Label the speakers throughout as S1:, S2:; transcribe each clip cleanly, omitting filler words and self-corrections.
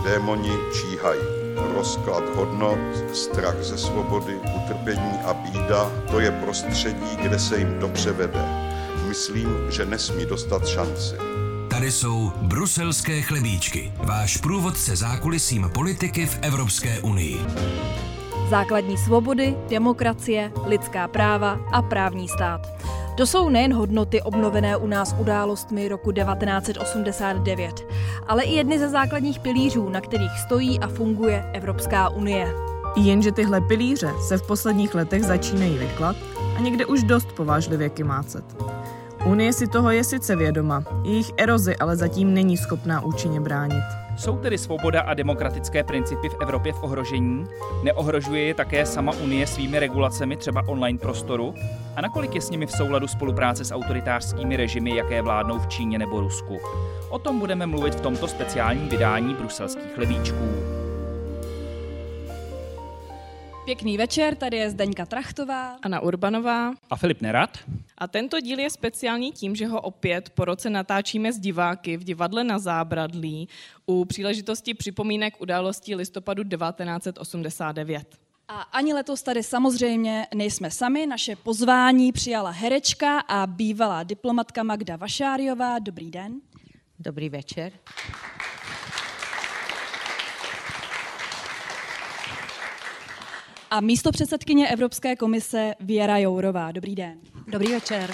S1: Démoni číhají. Rozklad hodnot, strach ze svobody, utrpení a bída, to je prostředí, kde se jim dobře vede. Myslím, že nesmí dostat šanci.
S2: Tady jsou bruselské chlebíčky, váš průvodce zákulisím politiky v Evropské unii.
S3: Základní svobody, demokracie, lidská práva a právní stát. To jsou nejen hodnoty obnovené u nás událostmi roku 1989, ale i jedny ze základních pilířů, na kterých stojí a funguje Evropská unie.
S4: Jenže tyhle pilíře se v posledních letech začínají vyklat a někde už dost povážlivě kymácet. Unie si toho je sice vědoma, jejich erozi ale zatím není schopná účinně bránit.
S5: Jsou tedy svoboda a demokratické principy v Evropě v ohrožení? Neohrožuje je také sama Unie svými regulacemi, třeba online prostoru? A nakolik je s nimi v souladu spolupráce s autoritářskými režimy, jaké vládnou v Číně nebo Rusku? O tom budeme mluvit v tomto speciálním vydání bruselských chlebíčků.
S3: Pěkný večer, tady je Zdeňka Trachtová,
S4: Anna Urbanová
S5: A Filip Nerad.
S4: a tento díl je speciální tím, že ho opět po roce natáčíme s diváky v divadle Na Zábradlí u příležitosti připomínek událostí listopadu 1989.
S3: A ani letos tady samozřejmě nejsme sami, naše pozvání přijala herečka a bývalá diplomatka Magda Vašáriová. Dobrý den.
S6: Dobrý večer.
S3: A místopředsedkyně Evropské komise Věra Jourová. Dobrý den.
S6: Dobrý večer.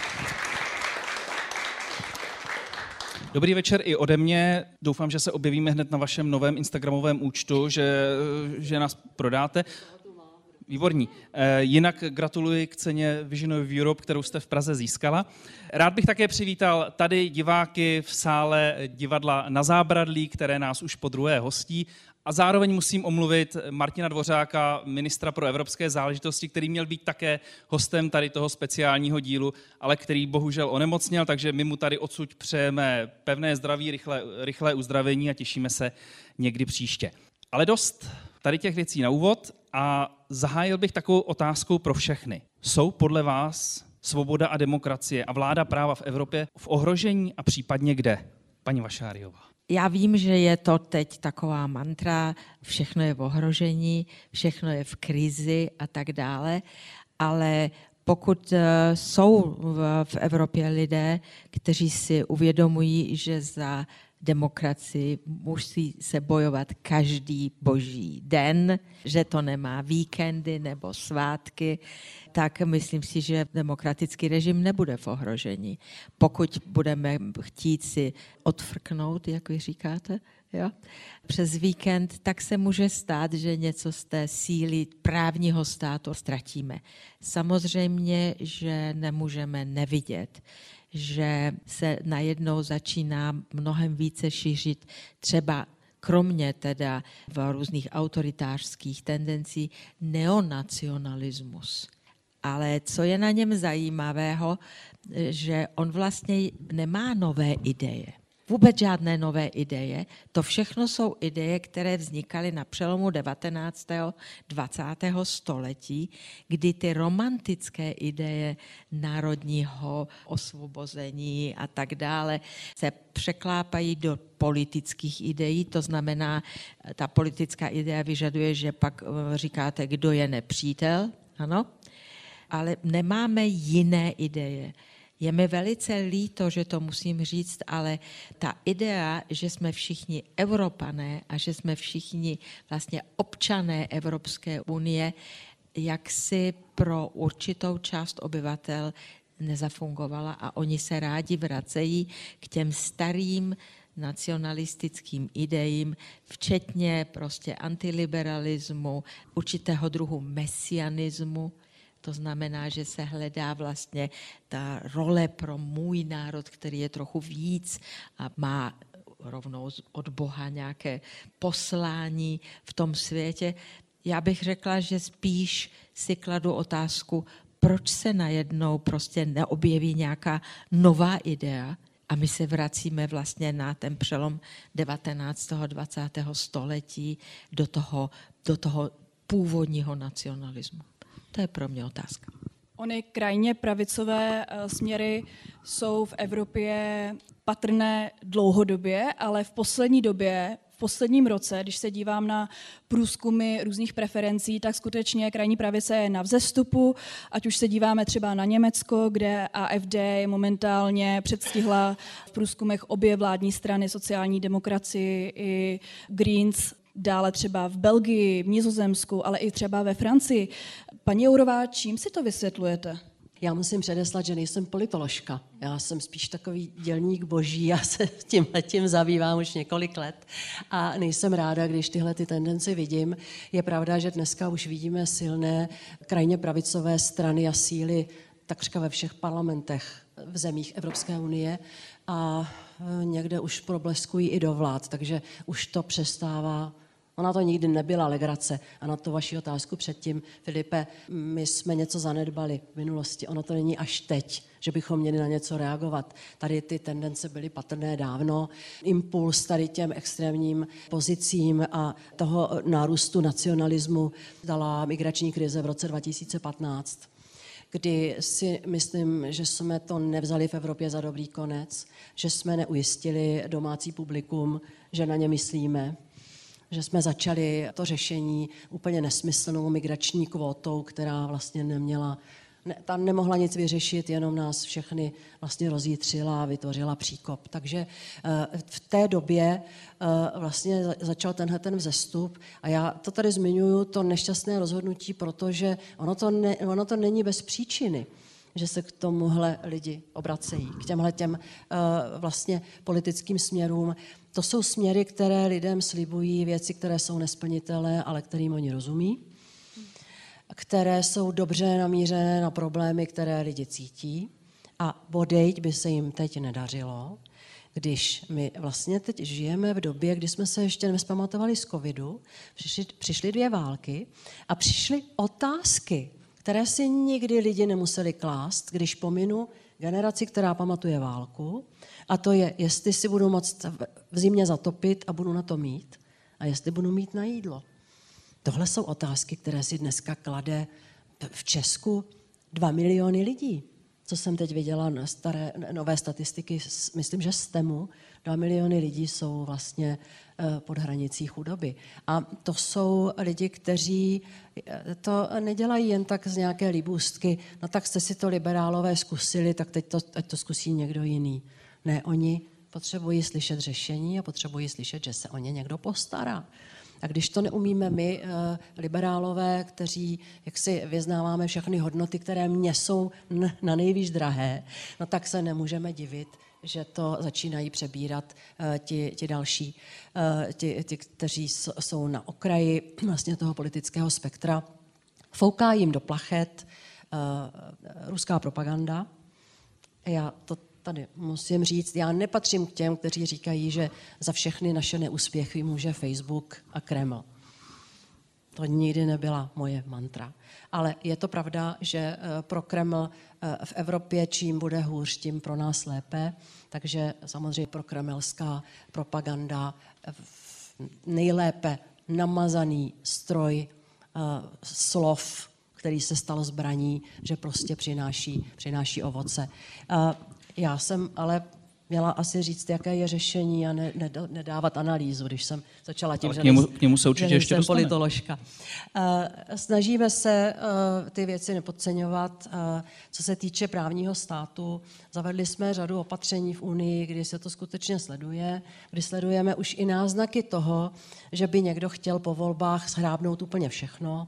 S5: Dobrý večer i ode mě. Doufám, že se objevíme hned na vašem novém instagramovém účtu, že nás prodáte. Výborní. Jinak gratuluji k ceně Vision of Europe, kterou jste v Praze získala. Rád bych také přivítal tady diváky v sále divadla Na Zábradlí, které nás už podruhé hostí. A zároveň musím omluvit Martina Dvořáka, ministra pro evropské záležitosti, který měl být také hostem tady toho speciálního dílu, ale který bohužel onemocněl, takže my mu tady odsud přejeme pevné zdraví, rychlé uzdravení a těšíme se někdy příště. Ale dost tady těch věcí na úvod a zahájil bych takovou otázkou pro všechny. Jsou podle vás svoboda a demokracie a vláda práva v Evropě v ohrožení a případně kde? Paní Vašáriová.
S6: Já vím, že je to teď taková mantra, všechno je v ohrožení, všechno je v krizi a tak dále, ale pokud jsou v Evropě lidé, kteří si uvědomují, že za demokracii musí se bojovat každý boží den, že to nemá víkendy nebo svátky, tak myslím si, že demokratický režim nebude v ohrožení. Pokud budeme chtít si odfrknout, jak vy říkáte, jo, přes víkend, tak se může stát, že něco z té síly právního státu ztratíme. Samozřejmě, že nemůžeme nevidět, že se najednou začíná mnohem více šířit třeba kromě teda v různých autoritářských tendencí neonacionalismus. Ale co je na něm zajímavého, že on vlastně nemá nové ideje. Vůbec žádné nové ideje. To všechno jsou ideje, které vznikaly na přelomu 19. 20. století, kdy ty romantické ideje národního osvobození a tak dále se překlápají do politických ideí. To znamená, ta politická idea vyžaduje, že pak říkáte, kdo je nepřítel, ano? Ale nemáme jiné ideje. Je mi velice líto, že to musím říct, ale ta idea, že jsme všichni Evropané a že jsme všichni vlastně občané Evropské unie, jaksi pro určitou část obyvatel nezafungovala a oni se rádi vracejí k těm starým nacionalistickým idejím, včetně prostě antiliberalismu, určitého druhu mesianismu. To znamená, že se hledá vlastně ta role pro můj národ, který je trochu víc a má rovnou od Boha nějaké poslání v tom světě. Já bych řekla, že spíš si kladu otázku, proč se najednou prostě neobjeví nějaká nová idea a my se vracíme vlastně na ten přelom 19. 20. století do toho původního nacionalismu. To je pro mě otázka.
S3: Ony krajně pravicové směry jsou v Evropě patrné dlouhodobě, ale v poslední době, posledním roce, když se dívám na průzkumy různých preferencí, tak skutečně krajní pravice je na vzestupu, ať už se díváme třeba na Německo, kde AfD je momentálně předstihla v průzkumech obě vládní strany, sociální demokracii i Greens, dále třeba v Belgii, v Nizozemsku, ale i třeba ve Francii. Paní Jourová, čím si to vysvětlujete?
S7: Já musím předeslat, že nejsem politoložka. Já jsem spíš takový dělník boží, já se tímhletím zabývám už několik let a nejsem ráda, když tyhle ty tendence vidím. Je pravda, že dneska už vidíme silné krajně pravicové strany a síly takřka ve všech parlamentech v zemích Evropské unie a někde už probleskují i do vlád, takže už to přestává. Ona to nikdy nebyla legrace. A na tu vaši otázku předtím, Filipe, my jsme něco zanedbali v minulosti. Ono to není až teď, že bychom měli na něco reagovat. Tady ty tendence byly patrné dávno. Impuls tady těm extrémním pozicím a toho nárůstu nacionalismu dala migrační krize v roce 2015, kdy si myslím, že jsme to nevzali v Evropě za dobrý konec, že jsme neujistili domácí publikum, že na ně myslíme, že jsme začali to řešení úplně nesmyslnou migrační kvótou, která vlastně nemohla nic vyřešit, jenom nás všechny vlastně rozjitřila a vytvořila příkop. Takže v té době vlastně začal ten vzestup a já to tady zmiňuji, to nešťastné rozhodnutí, protože ono to není bez příčiny, že se k tomuhle lidi obracejí, k těmhletěm vlastně politickým směrům. To jsou směry, které lidem slibují věci, které jsou nesplnitelné, ale kterým oni rozumí, které jsou dobře namířené na problémy, které lidi cítí. A bodejť by se jim teď nedařilo, když my vlastně teď žijeme v době, kdy jsme se ještě nevzpamatovali z covidu, přišly 2 války a přišly otázky, které si nikdy lidi nemuseli klást, když pominu generaci, která pamatuje válku, a to je, jestli si budu moct v zimě zatopit a budu na to mít, a jestli budu mít na jídlo. Tohle jsou otázky, které si dneska klade v Česku 2 miliony lidí. Co jsem teď viděla na nové statistiky, myslím, že z TEMu, 2 miliony lidí jsou vlastně pod hranicí chudoby. A to jsou lidi, kteří to nedělají jen tak z nějaké libůstky, no tak jste si to liberálové zkusili, tak teď ať to zkusí někdo jiný. Ne, oni potřebují slyšet řešení a potřebují slyšet, že se o ně někdo postará. A když to neumíme my, liberálové, kteří jaksi vyznáváme všechny hodnoty, které mně jsou na nejvíc drahé, no tak se nemůžeme divit, že to začínají přebírat ti další, ti, kteří jsou na okraji vlastně toho politického spektra. Fouká jim do plachet ruská propaganda. Já to tady musím říct, já nepatřím k těm, kteří říkají, že za všechny naše neúspěchy může Facebook a Kreml. To nikdy nebyla moje mantra. Ale je to pravda, že pro Kreml v Evropě čím bude hůř, tím pro nás lépe. Takže samozřejmě pro kremelská propaganda nejlépe namazaný stroj slov, který se stal zbraní, že prostě přináší ovoce. Já jsem ale měla asi říct, jaké je řešení a nedávat analýzu, když jsem začala tím, že jsem politoložka. Snažíme se ty věci nepodceňovat. Co se týče právního státu, zavedli jsme řadu opatření v Unii, kdy se to skutečně sleduje, kdy sledujeme už i náznaky toho, že by někdo chtěl po volbách shrábnout úplně všechno.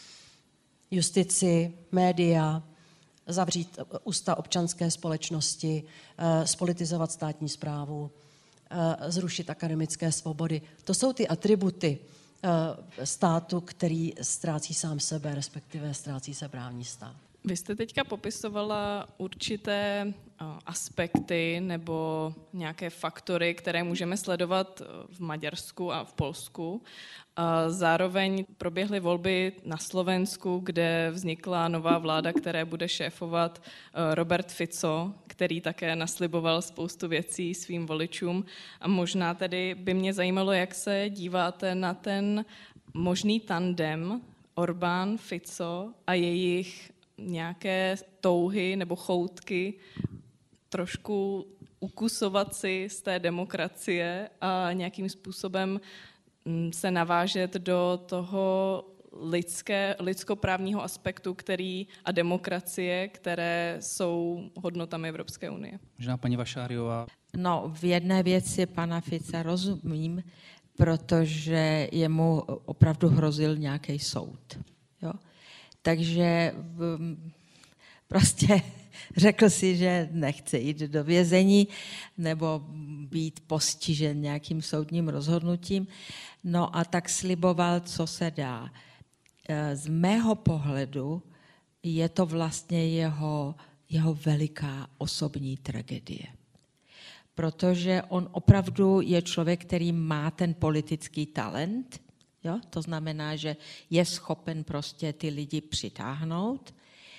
S7: Justici, média, zavřít ústa občanské společnosti, spolitizovat státní správu, zrušit akademické svobody. To jsou ty atributy státu, který ztrácí sám sebe, respektive ztrácí se právní stát.
S4: Vy jste teďka popisovala určité aspekty nebo nějaké faktory, které můžeme sledovat v Maďarsku a v Polsku. Zároveň proběhly volby na Slovensku, kde vznikla nová vláda, které bude šéfovat Robert Fico, který také nasliboval spoustu věcí svým voličům. A možná tedy by mě zajímalo, jak se díváte na ten možný tandem Orbán, Fico a jejich nějaké touhy nebo choutky trošku ukusovat si z té demokracie a nějakým způsobem se navážet do toho lidskoprávního aspektu a demokracie, které jsou hodnotami Evropské unie.
S5: Možná paní Vašáriová.
S6: No, v jedné věci pana Fica rozumím, protože jemu opravdu hrozil nějaký soud. Jo? Takže prostě řekl si, že nechce jít do vězení nebo být postižen nějakým soudním rozhodnutím. No a tak sliboval, co se dá. Z mého pohledu je to vlastně jeho veliká osobní tragédie. Protože on opravdu je člověk, který má ten politický talent, jo? To znamená, že je schopen prostě ty lidi přitáhnout.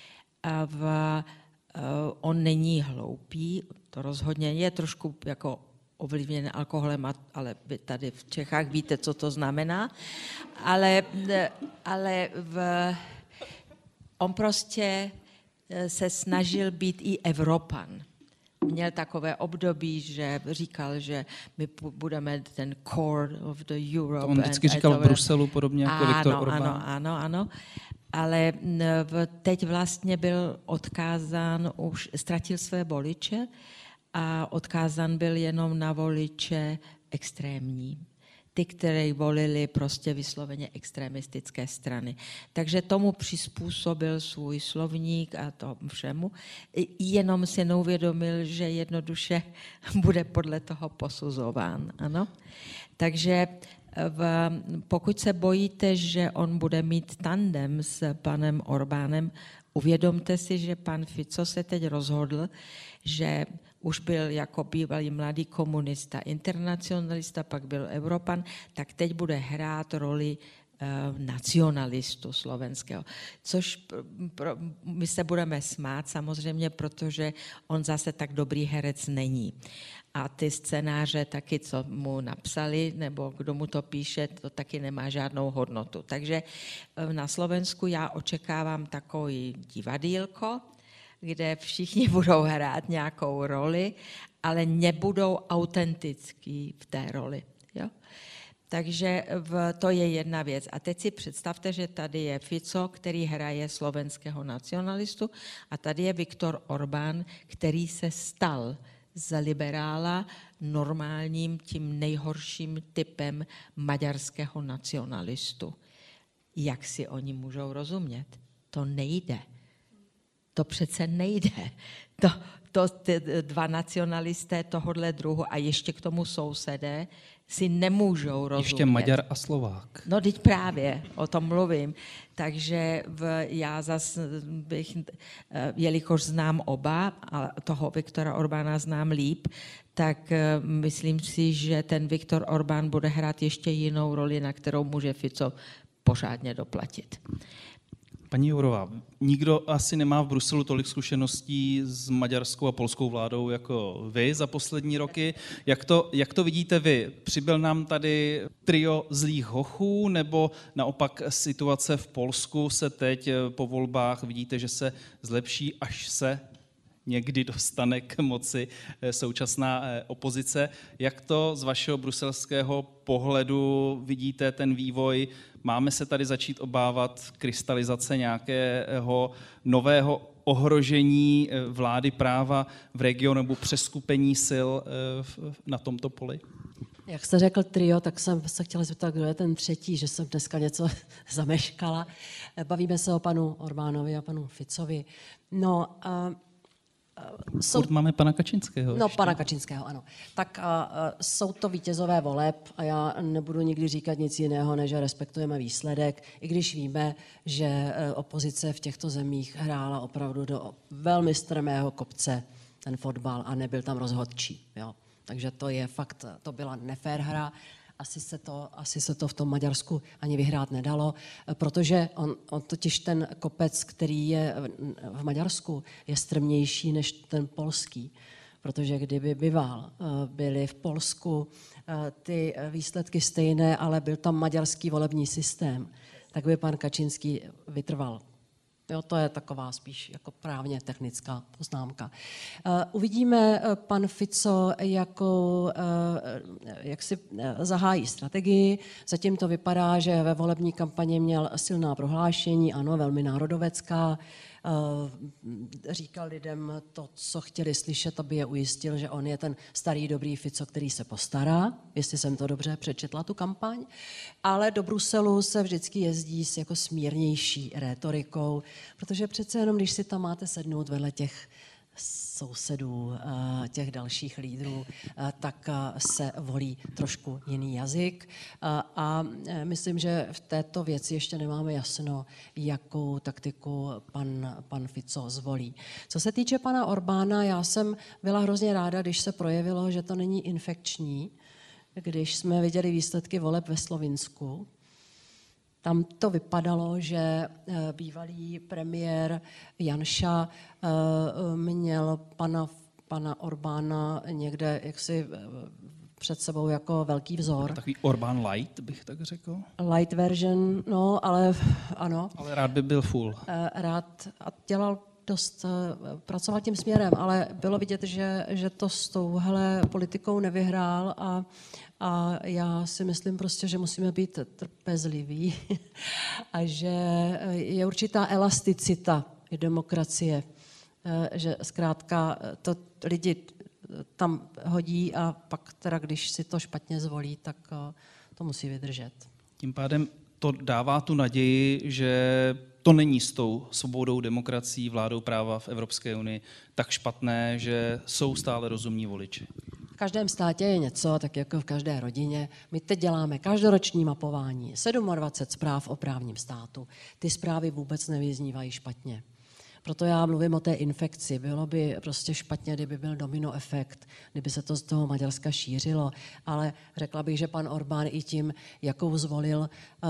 S6: On není hloupý, to rozhodně je trošku jako ovlivněn alkoholem, ale vy tady v Čechách víte, co to znamená. Ale on prostě se snažil být i Evropan. Měl takové období, že říkal, že my budeme ten core of the Europe.
S5: To on vždycky říkal v Bruselu, podobně jako Viktor Orbán.
S6: Ano. Ale teď vlastně byl odkázán, už ztratil své voliče a odkázán byl jenom na voliče extrémní. Ty, které volili prostě vysloveně extremistické strany. Takže tomu přizpůsobil svůj slovník a to všemu. Jenom si neuvědomil, že jednoduše bude podle toho posuzován. Ano? Takže pokud se bojíte, že on bude mít tandem s panem Orbánem, uvědomte si, že pan Fico se teď rozhodl, že už byl jako bývalý mladý komunista, internacionalista, pak byl Evropan, tak teď bude hrát roli nacionalistu slovenského. Což my se budeme smát samozřejmě, protože on zase tak dobrý herec není. A ty scénáře taky, co mu napsali, nebo kdo mu to píše, to taky nemá žádnou hodnotu. Takže na Slovensku já očekávám takový divadýlko, kde všichni budou hrát nějakou roli, ale nebudou autentický v té roli. Jo? Takže to je jedna věc. A teď si představte, že tady je Fico, který hraje slovenského nacionalistu, a tady je Viktor Orbán, který se stal z liberála normálním, tím nejhorším typem maďarského nacionalistu. Jak si oni můžou rozumět? To nejde. To přece nejde. Ty dva nacionalisté tohohle druhu a ještě k tomu sousedé si nemůžou rozumět.
S5: Ještě Maďar a Slovák.
S6: No teď právě, o tom mluvím. Takže já zase bych, jelikož znám oba, a toho Viktora Orbána znám líp, tak myslím si, že ten Viktor Orbán bude hrát ještě jinou roli, na kterou může Fico pořádně doplatit.
S5: Paní Jourová, nikdo asi nemá v Bruselu tolik zkušeností s maďarskou a polskou vládou jako vy za poslední roky. Jak to vidíte vy? Přibyl nám tady trio zlých hochů, nebo naopak situace v Polsku se teď po volbách vidíte, že se zlepší, až se někdy dostane k moci současná opozice? Jak to z vašeho bruselského pohledu vidíte ten vývoj? Máme se tady začít obávat krystalizace nějakého nového ohrožení vlády práva v regionu nebo přeskupení sil na tomto poli?
S7: Jak jste řekl trio, tak jsem se chtěla zeptat, kdo je ten třetí, že jsem dneska něco zameškala. Bavíme se o panu Orbánovi a panu Ficovi. No,
S5: Furt máme pana Kačinského.
S7: No, pana Kačinského, ano. Tak jsou to vítězové voleb a já nebudu nikdy říkat nic jiného, než že respektujeme výsledek, i když víme, že opozice v těchto zemích hrála opravdu do velmi strmého kopce ten fotbal a nebyl tam rozhodčí. Jo. Takže to je fakt, to byla nefér hra. Asi se to v tom Maďarsku ani vyhrát nedalo, protože on totiž ten kopec, který je v Maďarsku, je strmější než ten polský. Protože kdyby byly v Polsku ty výsledky stejné, ale byl tam maďarský volební systém, tak by pan Kačinský vytrval. Jo, to je taková spíš jako právně technická poznámka. Uvidíme, pan Fico, jak si zahájí strategii. Zatím to vypadá, že ve volební kampani měl silná prohlášení, ano, velmi národovecká. Říkal lidem to, co chtěli slyšet, aby je ujistil, že on je ten starý dobrý Fico, který se postará, jestli jsem to dobře přečetla, tu kampaň. Ale do Bruselu se vždycky jezdí s jako smírnější rétorikou, protože přece jenom, když si tam máte sednout vedle těch sousedů, těch dalších lídrů, tak se volí trošku jiný jazyk. A myslím, že v této věci ještě nemáme jasno, jakou taktiku pan Fico zvolí. Co se týče pana Orbána, já jsem byla hrozně ráda, když se projevilo, že to není infekční, když jsme viděli výsledky voleb ve Slovinsku. Tam to vypadalo, že bývalý premiér Janša měl pana Orbána někde jaksi před sebou jako velký vzor.
S5: Takový Orbán light, bych tak řekl.
S7: Light version, no, ale ano.
S5: Ale rád by byl full.
S7: Rád a dělal dost, pracoval tím směrem, ale bylo vidět, že to s touhle politikou nevyhrál a já si myslím prostě, že musíme být trpězliví a že je určitá elasticita i demokracie, že zkrátka to lidi tam hodí a pak teda, když si to špatně zvolí, tak to musí vydržet.
S5: Tím pádem to dává tu naději, že to není s tou svobodou, demokracií, vládou práva v Evropské unii tak špatné, že jsou stále rozumní voliči.
S7: V každém státě je něco, tak jako v každé rodině. My teď děláme každoroční mapování, 27 zpráv o právním státu. Ty zprávy vůbec nevyznívají špatně. Proto já mluvím o té infekci. Bylo by prostě špatně, kdyby byl domino efekt, kdyby se to z toho Maďarska šířilo, ale řekla bych, že pan Orbán i tím, jakou zvolil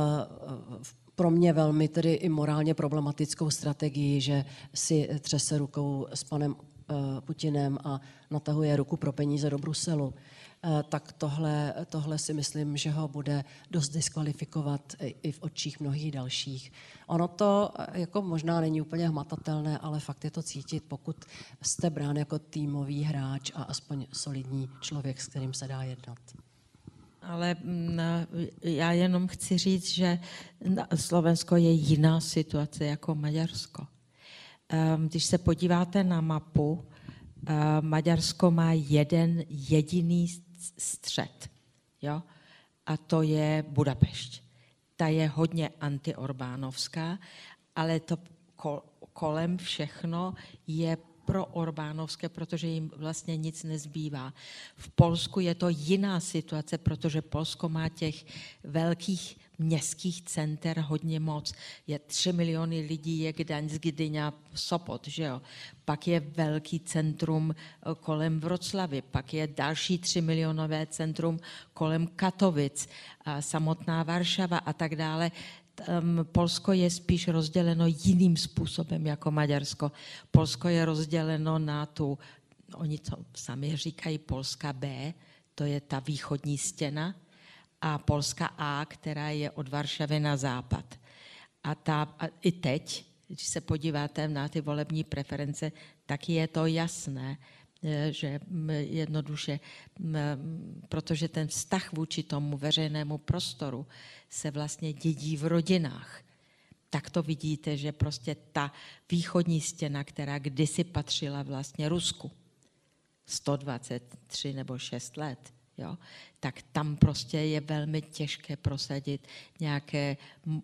S7: pro mě velmi tedy i morálně problematickou strategii, že si třese rukou s panem Putinem a natahuje ruku pro peníze do Bruselu, tak tohle si myslím, že ho bude dost diskvalifikovat i v očích mnohých dalších. Ono to jako možná není úplně hmatatelné, ale fakt je to cítit, pokud jste brán jako týmový hráč a aspoň solidní člověk, s kterým se dá jednat.
S6: Ale já jenom chci říct, že Slovensko je jiná situace jako Maďarsko. Když se podíváte na mapu, Maďarsko má jeden jediný střed, jo? A to je Budapešť. Ta je hodně antiorbánovská, ale to kolem všechno je pro Orbánovské, protože jim vlastně nic nezbývá. V Polsku je to jiná situace, protože Polsko má těch velkých městských center hodně moc. Je 3 miliony lidí, je Gdaňsk, Gdyňa, Sopot, že jo. Pak je velký centrum kolem Vroclavy, pak je další 3 milionové centrum kolem Katovic, samotná Varšava a tak dále. Polsko je spíš rozděleno jiným způsobem jako Maďarsko. Polsko je rozděleno na tu, oni to sami říkají Polska B, to je ta východní stěna, a Polska A, která je od Varšavy na západ. A i teď, když se podíváte na ty volební preference, tak je to jasné, že jednoduše, protože ten vztah vůči tomu veřejnému prostoru se vlastně dědí v rodinách. Tak to vidíte, že prostě ta východní stěna, která kdysi patřila vlastně Rusku, 123 nebo 6 let, jo, tak tam prostě je velmi těžké prosadit nějaké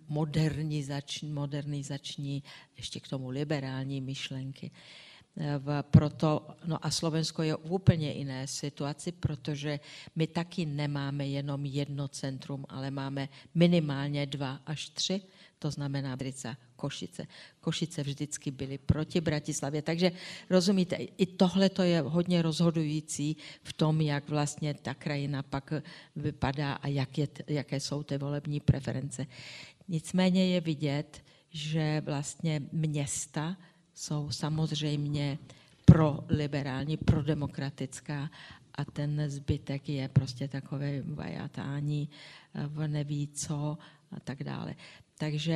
S6: modernizační, ještě k tomu liberální myšlenky. Proto, no a Slovensko je v úplně jiné situaci, protože my taky nemáme jenom jedno centrum, ale máme minimálně 2 až 3, to znamená Bystrica, Košice. Košice vždycky byly proti Bratislavě, takže rozumíte, i tohle to je hodně rozhodující v tom, jak vlastně ta krajina pak vypadá a jaké jsou ty volební preference. Nicméně je vidět, že vlastně města jsou samozřejmě proliberální, prodemokratická a ten zbytek je prostě takové vajatání v neví co a tak dále. Takže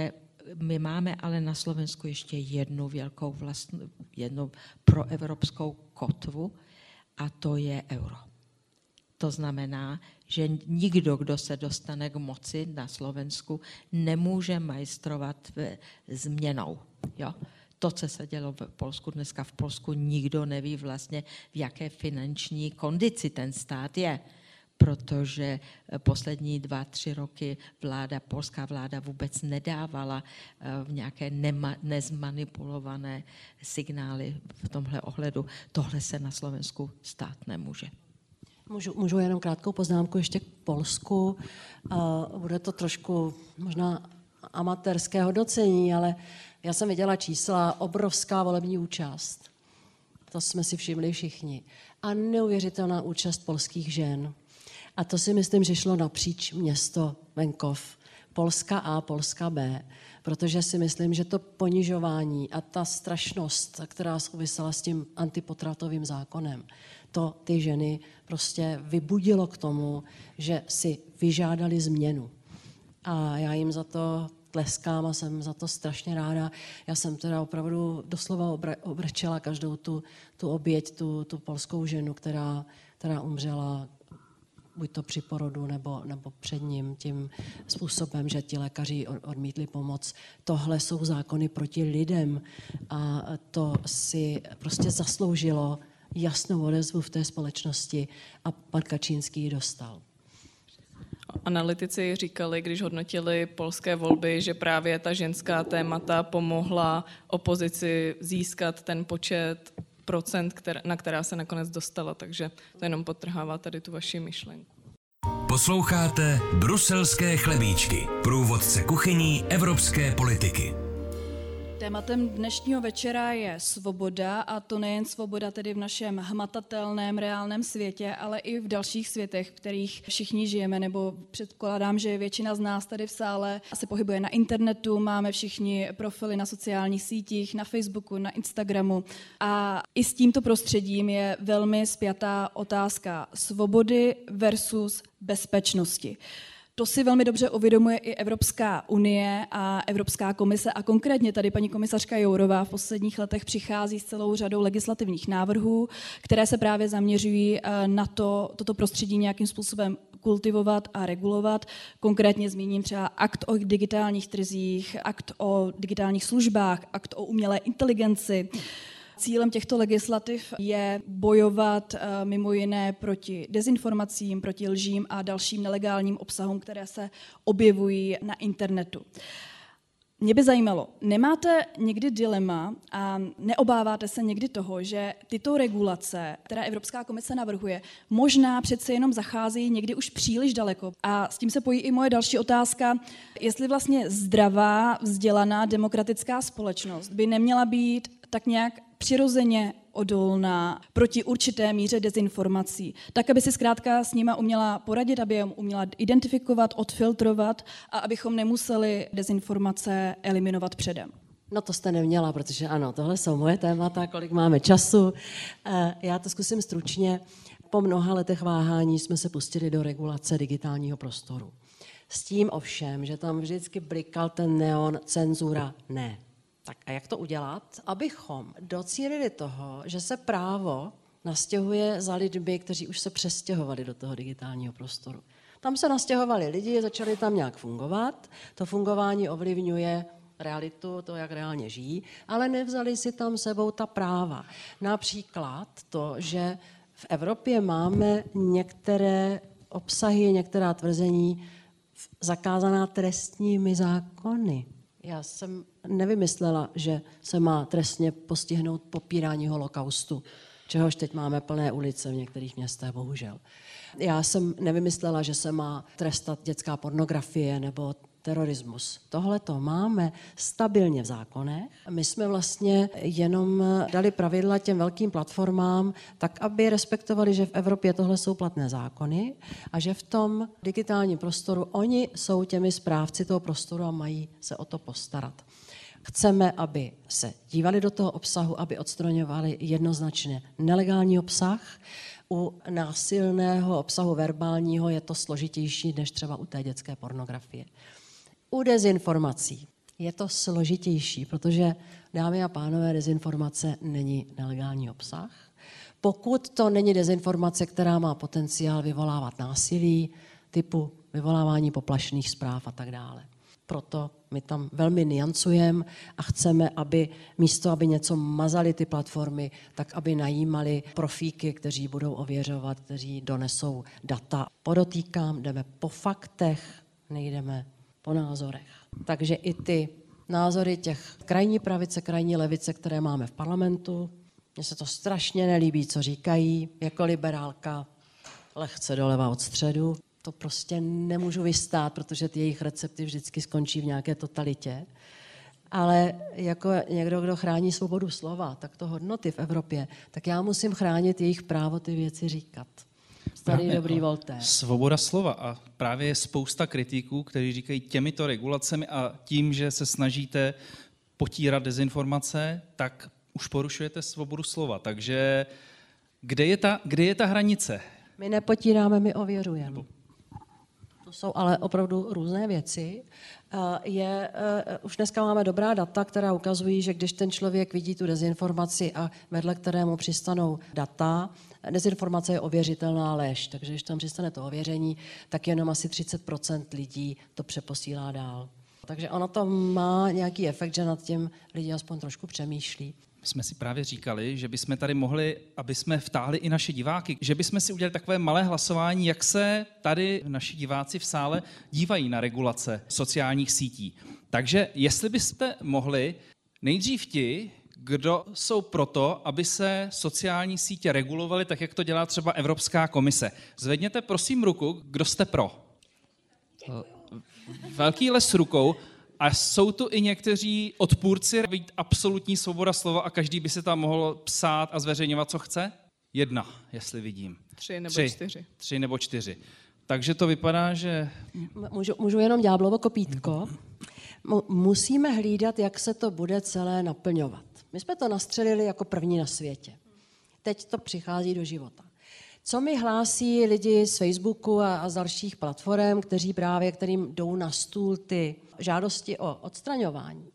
S6: My máme ale na Slovensku ještě jednu velkou jednu proevropskou kotvu a to je euro. To znamená, že nikdo, kdo se dostane k moci na Slovensku, nemůže majstrovat změnou. Jo? To, co se dělo v Polsku dneska, v Polsku nikdo neví vlastně, v jaké finanční kondici ten stát je, protože poslední 2-3 roky polská vláda vůbec nedávala v nějaké nezmanipulované signály v tomhle ohledu. Tohle se na Slovensku stát nemůže.
S7: Můžu jenom krátkou poznámku ještě k Polsku. Bude to trošku možná amatérské hodnocení, ale já jsem viděla čísla, obrovská volební účast. To jsme si všimli všichni. A neuvěřitelná účast polských žen. A to si myslím, že šlo napříč město, venkov. Polska A, Polska B. Protože si myslím, že to ponižování a ta strašnost, která souvisela s tím antipotratovým zákonem, to ty ženy prostě vybudilo k tomu, že si vyžádali změnu. A já jim za to tleskám a jsem za to strašně ráda. Já jsem teda opravdu doslova obrečela každou tu oběť, tu polskou ženu, která umřela buď to při porodu, nebo před ním tím způsobem, že ti lékaři odmítli pomoc. Tohle jsou zákony proti lidem a to si prostě zasloužilo jasnou odezvu v té společnosti a pan Kačínský ji dostal.
S4: Analytici říkali, když hodnotili polské volby, že právě ta ženská témata pomohla opozici získat ten počet procent, na která se nakonec dostala, takže to jenom podtrhává tady tu vaši myšlenku.
S2: Posloucháte Bruselské chlebíčky, průvodce kuchyní evropské politiky.
S3: Tématem dnešního večera je svoboda, a to nejen svoboda tedy v našem hmatatelném reálném světě, ale i v dalších světech, v kterých všichni žijeme, nebo předpokládám, že většina z nás tady v sále se pohybuje na internetu, máme všichni profily na sociálních sítích, na Facebooku, na Instagramu a i s tímto prostředím je velmi spjatá otázka svobody versus bezpečnosti. To si velmi dobře uvědomuje i Evropská unie a Evropská komise a konkrétně tady paní komisařka Jourová v posledních letech přichází s celou řadou legislativních návrhů, které se právě zaměřují na toto prostředí nějakým způsobem kultivovat a regulovat. Konkrétně zmíním třeba akt o digitálních trzích, akt o digitálních službách, akt o umělé inteligenci. Cílem těchto legislativ je bojovat mimo jiné proti dezinformacím, proti lžím a dalším nelegálním obsahům, které se objevují na internetu. Mě by zajímalo, nemáte někdy dilema a neobáváte se někdy toho, že tyto regulace, které Evropská komise navrhuje, možná přece jenom zacházejí někdy už příliš daleko? A s tím se pojí i moje další otázka, jestli vlastně zdravá, vzdělaná, demokratická společnost by neměla být tak nějak přirozeně odolná proti určité míře dezinformací, tak, aby si zkrátka s nima uměla poradit, aby je uměla identifikovat, odfiltrovat a abychom nemuseli dezinformace eliminovat předem.
S7: No to jste neměla, protože ano, tohle jsou moje témata, kolik máme času. Já to zkusím stručně. Po mnoha letech váhání jsme se pustili do regulace digitálního prostoru. S tím ovšem, že tam vždycky blikal ten neon, cenzura, ne. Tak a jak to udělat? Abychom docílili toho, že se právo nastěhuje za lidmi, kteří už se přestěhovali do toho digitálního prostoru. Tam se nastěhovali lidi, začali tam nějak fungovat, to fungování ovlivňuje realitu, to, jak reálně žijí, ale nevzali si tam sebou ta práva. Například to, že v Evropě máme některé obsahy, některá tvrzení zakázaná trestními zákony. Já jsem nevymyslela, že se má trestně postihnout popírání holokaustu, čehož teď máme plné ulice v některých městech, bohužel. Já jsem nevymyslela, že se má trestat dětská pornografie nebo terorismus. Tohle to máme stabilně v zákonech. My jsme vlastně jenom dali pravidla těm velkým platformám, tak aby respektovali, že v Evropě tohle jsou platné zákony a že v tom digitálním prostoru oni jsou těmi správci toho prostoru a mají se o to postarat. Chceme, aby se dívali do toho obsahu, aby odstraňovali jednoznačně nelegální obsah. U násilného obsahu verbálního je to složitější než třeba u té dětské pornografie. U dezinformací. Je to složitější, protože, dámy a pánové, dezinformace není nelegální obsah. Pokud to není dezinformace, která má potenciál vyvolávat násilí, typu vyvolávání poplašných zpráv a tak dále. Proto my tam velmi niancujeme a chceme, aby místo, aby něco mazali ty platformy, tak aby najímali profíky, kteří budou ověřovat, kteří donesou data. Podotýkám, jdeme po faktech, nejdeme po názorech. Takže i ty názory těch krajní pravice, krajní levice, které máme v parlamentu, mně se to strašně nelíbí, co říkají, jako liberálka, lehce doleva od středu. To prostě nemůžu vystát, protože ty jejich recepty vždycky skončí v nějaké totalitě. Ale jako někdo, kdo chrání svobodu slova, tak to hodnoty v Evropě, tak já musím chránit jejich právo ty věci říkat. Starý dobrý Voltaire.
S5: Svoboda slova a právě je spousta kritiků, kteří říkají těmito regulacemi a tím, že se snažíte potírat dezinformace, tak už porušujete svobodu slova. Takže kde je ta hranice?
S7: My nepotíráme, my ověřujeme. To jsou ale opravdu různé věci. Už dneska máme dobrá data, která ukazují, že když ten člověk vidí tu dezinformaci a vedle kterému přistanou data, dezinformace je ověřitelná lež, takže když tam přistane to ověření, tak jenom asi 30% lidí to přeposílá dál. Takže ono to má nějaký efekt, že nad tím lidi aspoň trošku přemýšlí.
S5: Jsme si právě říkali, že bychom tady mohli, aby jsme vtáhli i naše diváky, že bychom si udělali takové malé hlasování, jak se tady naši diváci v sále dívají na regulace sociálních sítí. Takže jestli byste mohli nejdřív ti, kdo jsou proto, aby se sociální sítě regulovaly tak, jak to dělá třeba Evropská komise. Zvedněte prosím ruku, kdo jste pro. Velký les rukou. A jsou tu i někteří odpůrci, být absolutní svoboda slova a každý by se tam mohl psát a zveřejňovat, co chce? 1, jestli vidím.
S4: 3 nebo 4.
S5: 3 nebo 4. Takže to vypadá, že...
S7: Můžu jenom ďáblovo kopítko. Musíme hlídat, jak se to bude celé naplňovat. My jsme to nastřelili jako první na světě. Teď to přichází do života. Co mi hlásí lidi z Facebooku a z dalších platform, kterým jdou na stůl ty žádosti o odstraňování?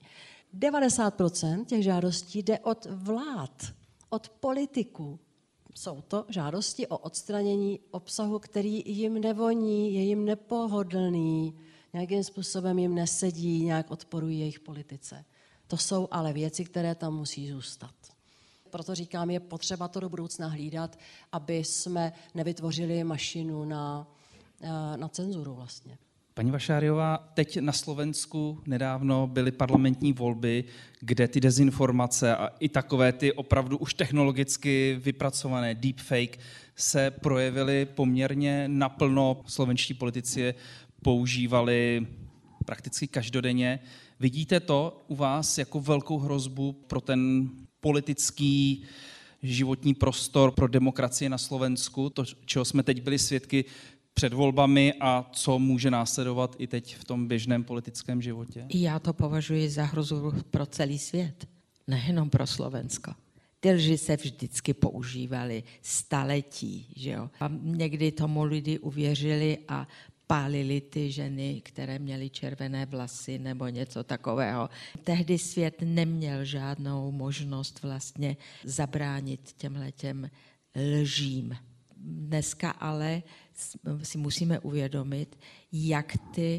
S7: 90% těch žádostí jde od vlád, od politiků. Jsou to žádosti o odstranění obsahu, který jim nevoní, je jim nepohodlný, nějakým způsobem jim nesedí, nějak odporují jejich politice. To jsou ale věci, které tam musí zůstat. Proto říkám, je potřeba to do budoucna hlídat, aby jsme nevytvořili mašinu na cenzuru vlastně.
S5: Paní Vašáriová, teď na Slovensku nedávno byly parlamentní volby, kde ty dezinformace a i takové ty opravdu už technologicky vypracované deepfake se projevily poměrně naplno. Slovenští politici je používali prakticky každodenně. Vidíte to u vás jako velkou hrozbu pro ten politický životní prostor, pro demokracii na Slovensku, to, čeho jsme teď byli svědky před volbami a co může následovat i teď v tom běžném politickém životě?
S6: Já to považuji za hrozbu pro celý svět, nejenom pro Slovensko. Ty lži se vždycky používaly staletí, že jo. A někdy tomu lidi uvěřili a pálili ty ženy, které měly červené vlasy nebo něco takového. Tehdy svět neměl žádnou možnost vlastně zabránit těmhletěm lžím. Dneska ale si musíme uvědomit, jak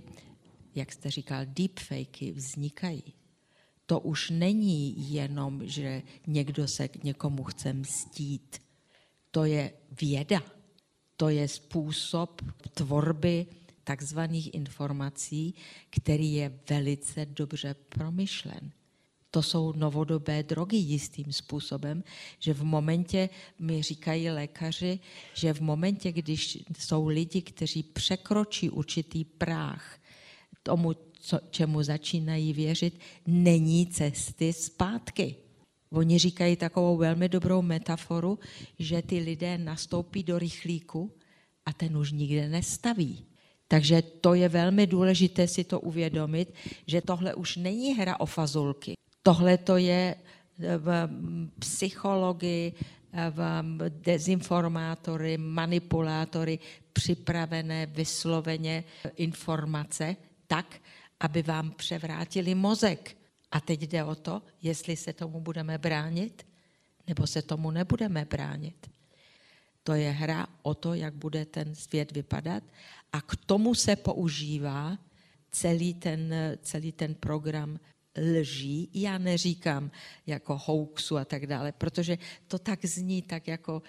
S6: jste říkal, deepfakey vznikají. To už není jenom, že někdo se k někomu chce mstít. To je věda. To je způsob tvorby takzvaných informací, který je velice dobře promyšlen. To jsou novodobé drogy jistým způsobem, že v momentě, mi říkají lékaři, že v momentě, když jsou lidi, kteří překročí určitý práh tomu, čemu začínají věřit, není cesty zpátky. Oni říkají takovou velmi dobrou metaforu, že ty lidé nastoupí do rychlíku a ten už nikde nestaví. Takže to je velmi důležité si to uvědomit, že tohle už není hra o fazulky. Tohle to je v psychologii, v dezinformátory, manipulátory připravené vysloveně informace tak, aby vám převrátili mozek. A teď jde o to, jestli se tomu budeme bránit, nebo se tomu nebudeme bránit. To je hra o to, jak bude ten svět vypadat a k tomu se používá celý ten program lží. Já neříkám jako hoaxu a tak dále, protože to tak zní tak jako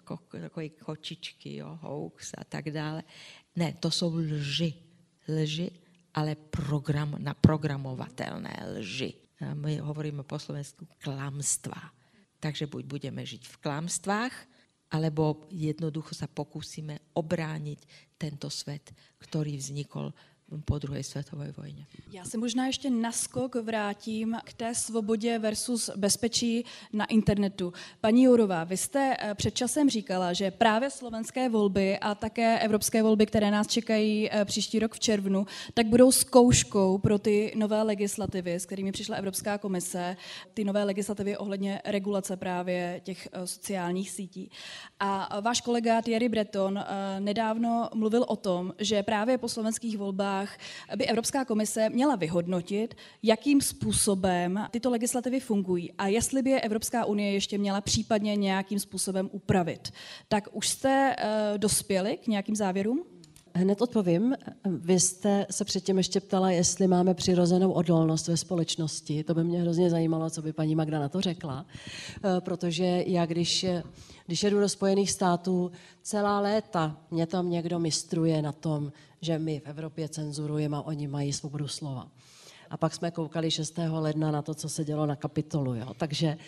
S6: kočičky, jo, hoax a tak dále. Ne, to jsou lži, ale naprogramovatelné lži. A my hovoríme po slovensku klamstva. Takže buď budeme žít v klamstvách, alebo jednoducho sa pokúsime obrániť tento svet, ktorý vznikol po druhé světové vojně.
S3: Já se možná ještě naskok vrátím k té svobodě versus bezpečí na internetu. Paní Jourová, vy jste před časem říkala, že právě slovenské volby a také evropské volby, které nás čekají příští rok v červnu, tak budou zkouškou pro ty nové legislativy, s kterými přišla Evropská komise, ty nové legislativy ohledně regulace právě těch sociálních sítí. A váš kolega Thierry Breton nedávno mluvil o tom, že právě po slovenských volbách by Evropská komise měla vyhodnotit, jakým způsobem tyto legislativy fungují a jestli by je Evropská unie ještě měla případně nějakým způsobem upravit. Tak už jste dospěli k nějakým závěrům?
S7: Hned odpovím. Vy jste se předtím ještě ptala, jestli máme přirozenou odolnost ve společnosti. To by mě hrozně zajímalo, co by paní Magda na to řekla. Protože já, když jedu do Spojených států, celá léta mě tam někdo mistruje na tom, že my v Evropě cenzurujeme a oni mají svobodu slova. A pak jsme koukali 6. ledna na to, co se dělo na Kapitolu. Jo. Takže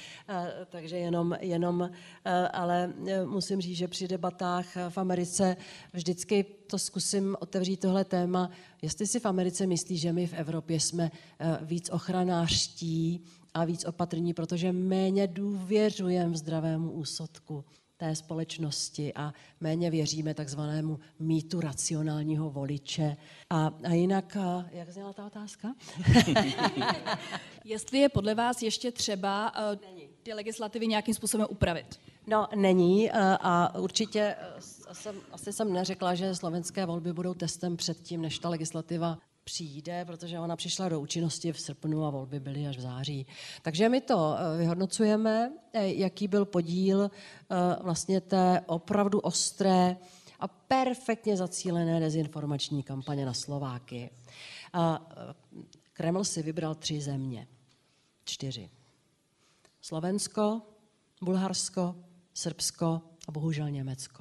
S7: jenom, ale musím říct, že při debatách v Americe vždycky to zkusím otevřít tohle téma, jestli si v Americe myslí, že my v Evropě jsme víc ochranářští a víc opatrní, protože méně důvěřujeme zdravému úsudku té společnosti a méně věříme takzvanému mýtu racionálního voliče. A jinak, jak zněla ta otázka?
S3: Jestli je podle vás ještě třeba ty legislativy nějakým způsobem upravit?
S7: No, není a určitě asi jsem neřekla, že slovenské volby budou testem před tím, než ta legislativa přijde, protože ona přišla do účinnosti v srpnu a volby byly až v září. Takže my to vyhodnocujeme, jaký byl podíl vlastně té opravdu ostré a perfektně zacílené dezinformační kampaně na Slováky. A Kreml si vybral 3 země. 4. Slovensko, Bulharsko, Srbsko a bohužel Německo.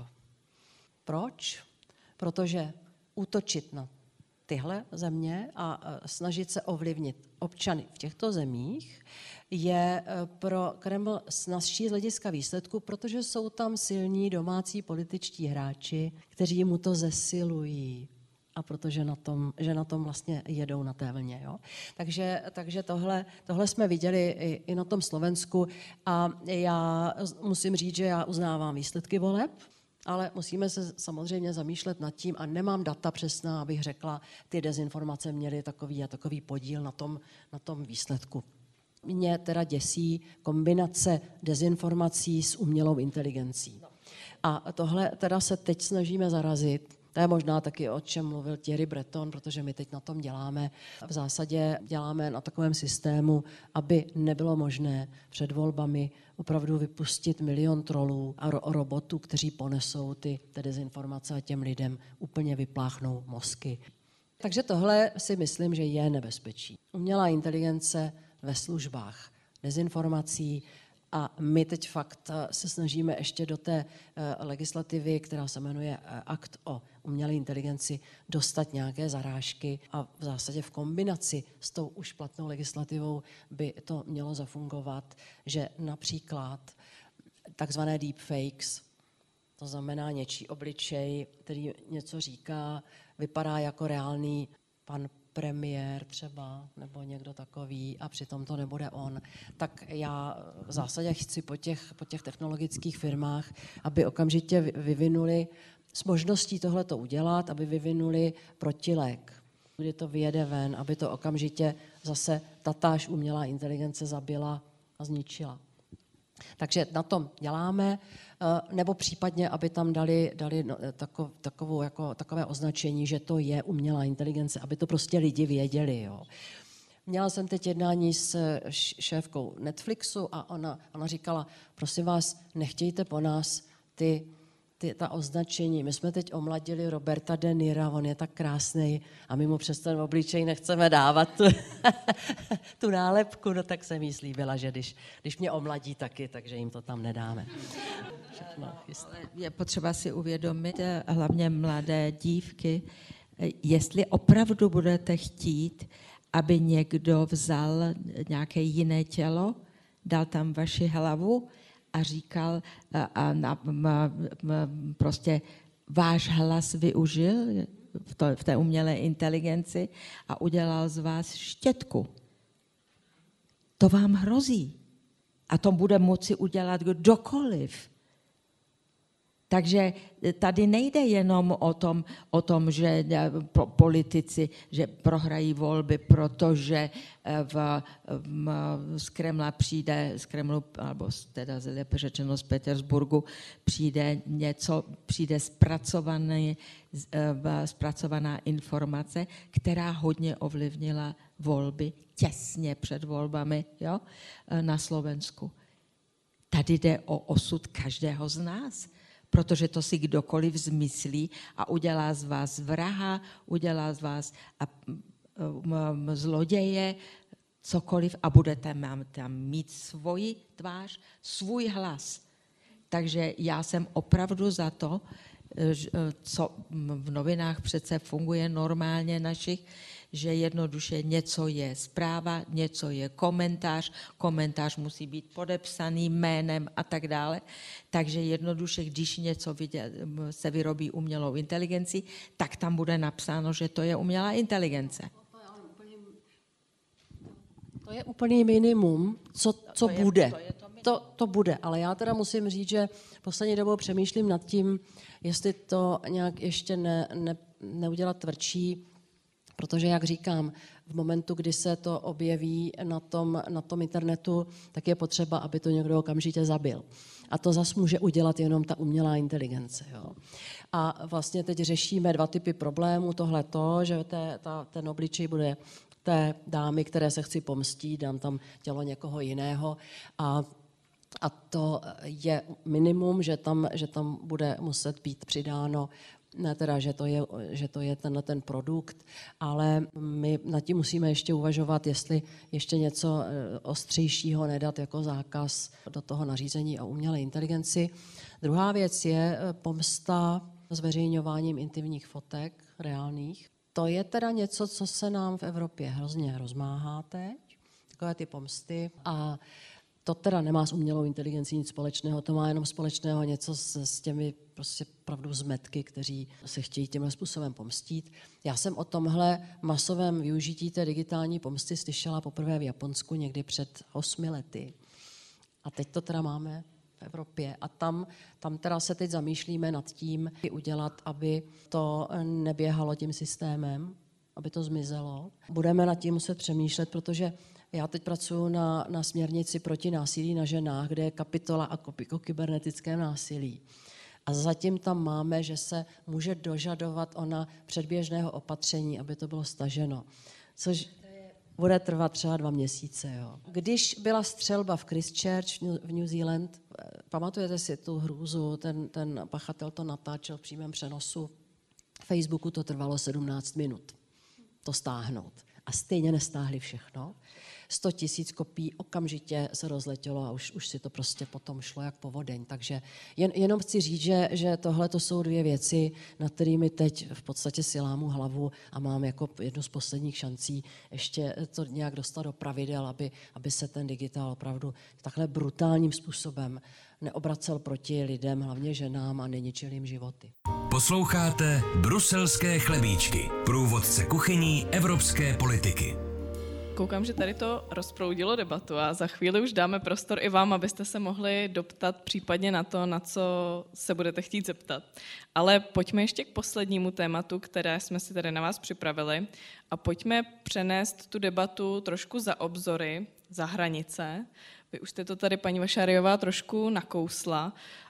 S7: Proč? Protože útočit na tyhle země a snažit se ovlivnit občany v těchto zemích je pro Kreml snazší z hlediska výsledku, protože jsou tam silní domácí političtí hráči, kteří mu to zesilují. A protože na tom vlastně jedou na té vlně. Jo? Takže tohle jsme viděli i na tom Slovensku a já musím říct, že já uznávám výsledky voleb, ale musíme se samozřejmě zamýšlet nad tím a nemám data přesná, abych řekla, ty dezinformace měly takový a takový podíl na tom výsledku. Mě teda děsí kombinace dezinformací s umělou inteligencí. A tohle teda se teď snažíme zarazit. To je možná taky, o čem mluvil Thierry Breton, protože my teď na tom děláme. V zásadě děláme na takovém systému, aby nebylo možné před volbami opravdu vypustit 1 000 000 trolů a robotů, kteří ponesou ty dezinformace a těm lidem úplně vypláchnou mozky. Takže tohle si myslím, že je nebezpečí. Umělá inteligence ve službách dezinformací. A my teď fakt se snažíme ještě do té legislativy, která se jmenuje Akt o umělé inteligenci, dostat nějaké zarážky a v zásadě v kombinaci s tou už platnou legislativou by to mělo zafungovat, že například takzvané deepfakes, to znamená něčí obličej, který něco říká, vypadá jako reálný pan premiér třeba, nebo někdo takový a přitom to nebude on, tak já v zásadě chci po těch technologických firmách, aby okamžitě vyvinuli s možností tohleto udělat, aby vyvinuli protilék, kdy to vyjede ven, aby to okamžitě zase tatáž umělá inteligence zabila a zničila. Takže na tom děláme Nebo případně, aby tam dali takové označení, že to je umělá inteligence, aby to prostě lidi věděli. Jo. Měla jsem teď jednání s šéfkou Netflixu a ona říkala, prosím vás, nechtějte po nás ta označení. My jsme teď omladili Roberta De Nira, on je tak krásný a my mu přes ten obličej nechceme dávat tu nálepku, no tak jsem jí slíbila, že když mě omladí taky, takže jim to tam nedáme.
S6: Je potřeba si uvědomit, hlavně mladé dívky, jestli opravdu budete chtít, aby někdo vzal nějaké jiné tělo, dal tam vaši hlavu a říkal prostě váš hlas využil v té umělé inteligenci a udělal z vás štětku. To vám hrozí. A to bude moci udělat kdokoliv. Takže tady nejde jenom o tom, že politici že prohrají volby, protože z Kremla alebo teda lépe řečeno z Petersburgu přijde zpracovaná informace, která hodně ovlivnila volby těsně před volbami, jo, na Slovensku. Tady jde o osud každého z nás. Protože to si kdokoliv zmyslí a udělá z vás vraha, udělá z vás zloděje, cokoliv a budete tam mít svoji tvář, svůj hlas. Takže já jsem opravdu za to, co v novinách přece funguje normálně našich, že jednoduše něco je zpráva, něco je komentář musí být podepsaný jménem a tak dále. Takže jednoduše, když něco se vyrobí umělou inteligencí, tak tam bude napsáno, že to je umělá inteligence.
S7: To je úplný minimum, co bude. To bude, ale já teda musím říct, že poslední dobou přemýšlím nad tím, jestli to nějak ještě neudělat tvrdší, protože, jak říkám, v momentu, kdy se to objeví na tom internetu, tak je potřeba, aby to někdo okamžitě zabil. A to zas může udělat jenom ta umělá inteligence. Jo. A vlastně teď řešíme 2 typy problémů. Tohleto, že ten obličej bude té dámy, které se chci pomstít, dám tam tělo někoho jiného a to je minimum, že tam bude muset být přidáno, ne teda, že to je ten produkt, ale my nad tím musíme ještě uvažovat, jestli ještě něco ostřejšího nedat jako zákaz do toho nařízení o umělé inteligenci. Druhá věc je pomsta zveřejňováním intimních fotek reálných. To je teda něco, co se nám v Evropě hrozně rozmáhá teď, takové ty pomsty a to teda nemá s umělou inteligencí nic společného, to má jenom společného něco s těmi prostě pravdu zmetky, kteří se chtějí tímhle způsobem pomstít. Já jsem o tomhle masovém využití té digitální pomsty slyšela poprvé v Japonsku někdy před 8 lety. A teď to teda máme v Evropě. A tam teda se teď zamýšlíme nad tím, jak udělat, aby to neběhalo tím systémem, aby to zmizelo. Budeme nad tím muset přemýšlet, protože já teď pracuji na směrnici proti násilí na ženách, kde je kapitola o kybernetickém násilí. A zatím tam máme, že se může dožadovat ona předběžného opatření, aby to bylo staženo. Což bude trvat třeba 2 měsíce. Jo. Když byla střelba v Christchurch v New Zealand, pamatujete si tu hrůzu, ten pachatel to natáčel v přímém přenosu. V Facebooku to trvalo 17 minut to stáhnout. A stejně nestáhli všechno. 100 000 kopií okamžitě se rozletělo a už si to prostě potom šlo jak povodeň. Takže jenom chci říct, že tohle to jsou 2 věci, nad kterými teď v podstatě si lámu hlavu a mám jako jednu z posledních šancí ještě to nějak dostat do pravidel, aby se ten digitál opravdu takhle brutálním způsobem neobracel proti lidem, hlavně ženám a neničil jim životy.
S2: Posloucháte Bruselské chlebíčky, průvodce kuchyní evropské politiky.
S4: Koukám, že tady to rozproudilo debatu a za chvíli už dáme prostor i vám, abyste se mohli doptat případně na to, na co se budete chtít zeptat. Ale pojďme ještě k poslednímu tématu, které jsme si tady na vás připravili a pojďme přenést tu debatu trošku za obzory, za hranice. Vy už jste to tady, paní Vašáriová, trošku nakousla,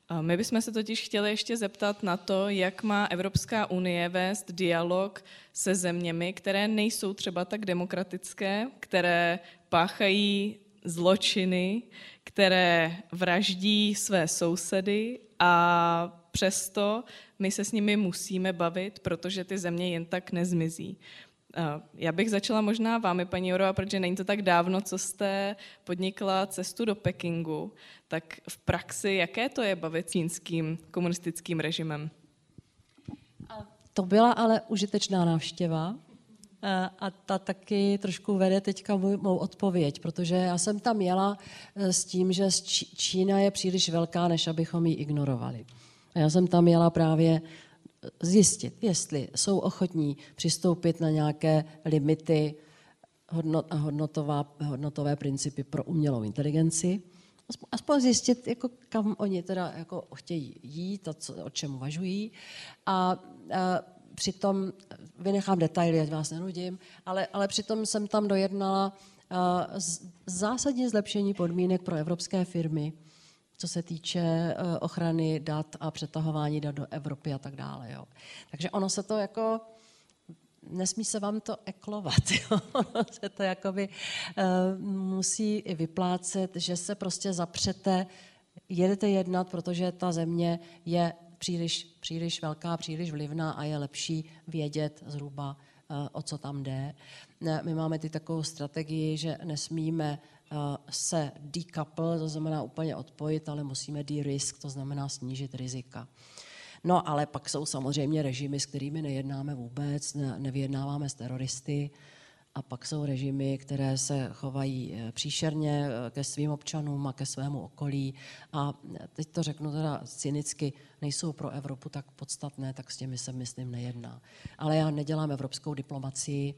S4: My bychom se totiž chtěli ještě zeptat na to, jak má Evropská unie vést dialog se zeměmi, které nejsou třeba tak demokratické, které páchají zločiny, které vraždí své sousedy a přesto my se s nimi musíme bavit, protože ty země jen tak nezmizí. Já bych začala možná vámi, paní Jourová, protože není to tak dávno, co jste podnikla cestu do Pekingu. Tak v praxi, jaké to je bavit s čínským komunistickým režimem?
S7: To byla ale užitečná návštěva a ta taky trošku vede teďka mou odpověď, protože já jsem tam jela s tím, že Čína je příliš velká, než abychom ji ignorovali. A já jsem tam jela právě zjistit, jestli jsou ochotní přistoupit na nějaké limity a hodnotové principy pro umělou inteligenci. Aspoň zjistit, jako, kam oni teda jako chtějí jít, o čem uvažují. A přitom, vynechám detaily, ať vás nenudím, ale přitom jsem tam dojednala zásadní zlepšení podmínek pro evropské firmy, co se týče ochrany dat a přetahování dat do Evropy a tak dále. Jo. Takže ono se to jako, nesmí se vám to eklovat, jo. Ono se to jakoby musí i vyplácet, že se prostě zapřete, jedete jednat, protože ta země je příliš velká, příliš vlivná a je lepší vědět zhruba, o co tam jde. My máme takovou strategii, že nesmíme se decouple, to znamená úplně odpojit, ale musíme de-risk, to znamená snížit rizika. No ale pak jsou samozřejmě režimy, s kterými nejednáme vůbec, nevyjednáváme s teroristy, a pak jsou režimy, které se chovají příšerně ke svým občanům a ke svému okolí. A teď to řeknu teda cynicky, nejsou pro Evropu tak podstatné, tak s těmi se, myslím, nejedná. Ale já nedělám evropskou diplomacii.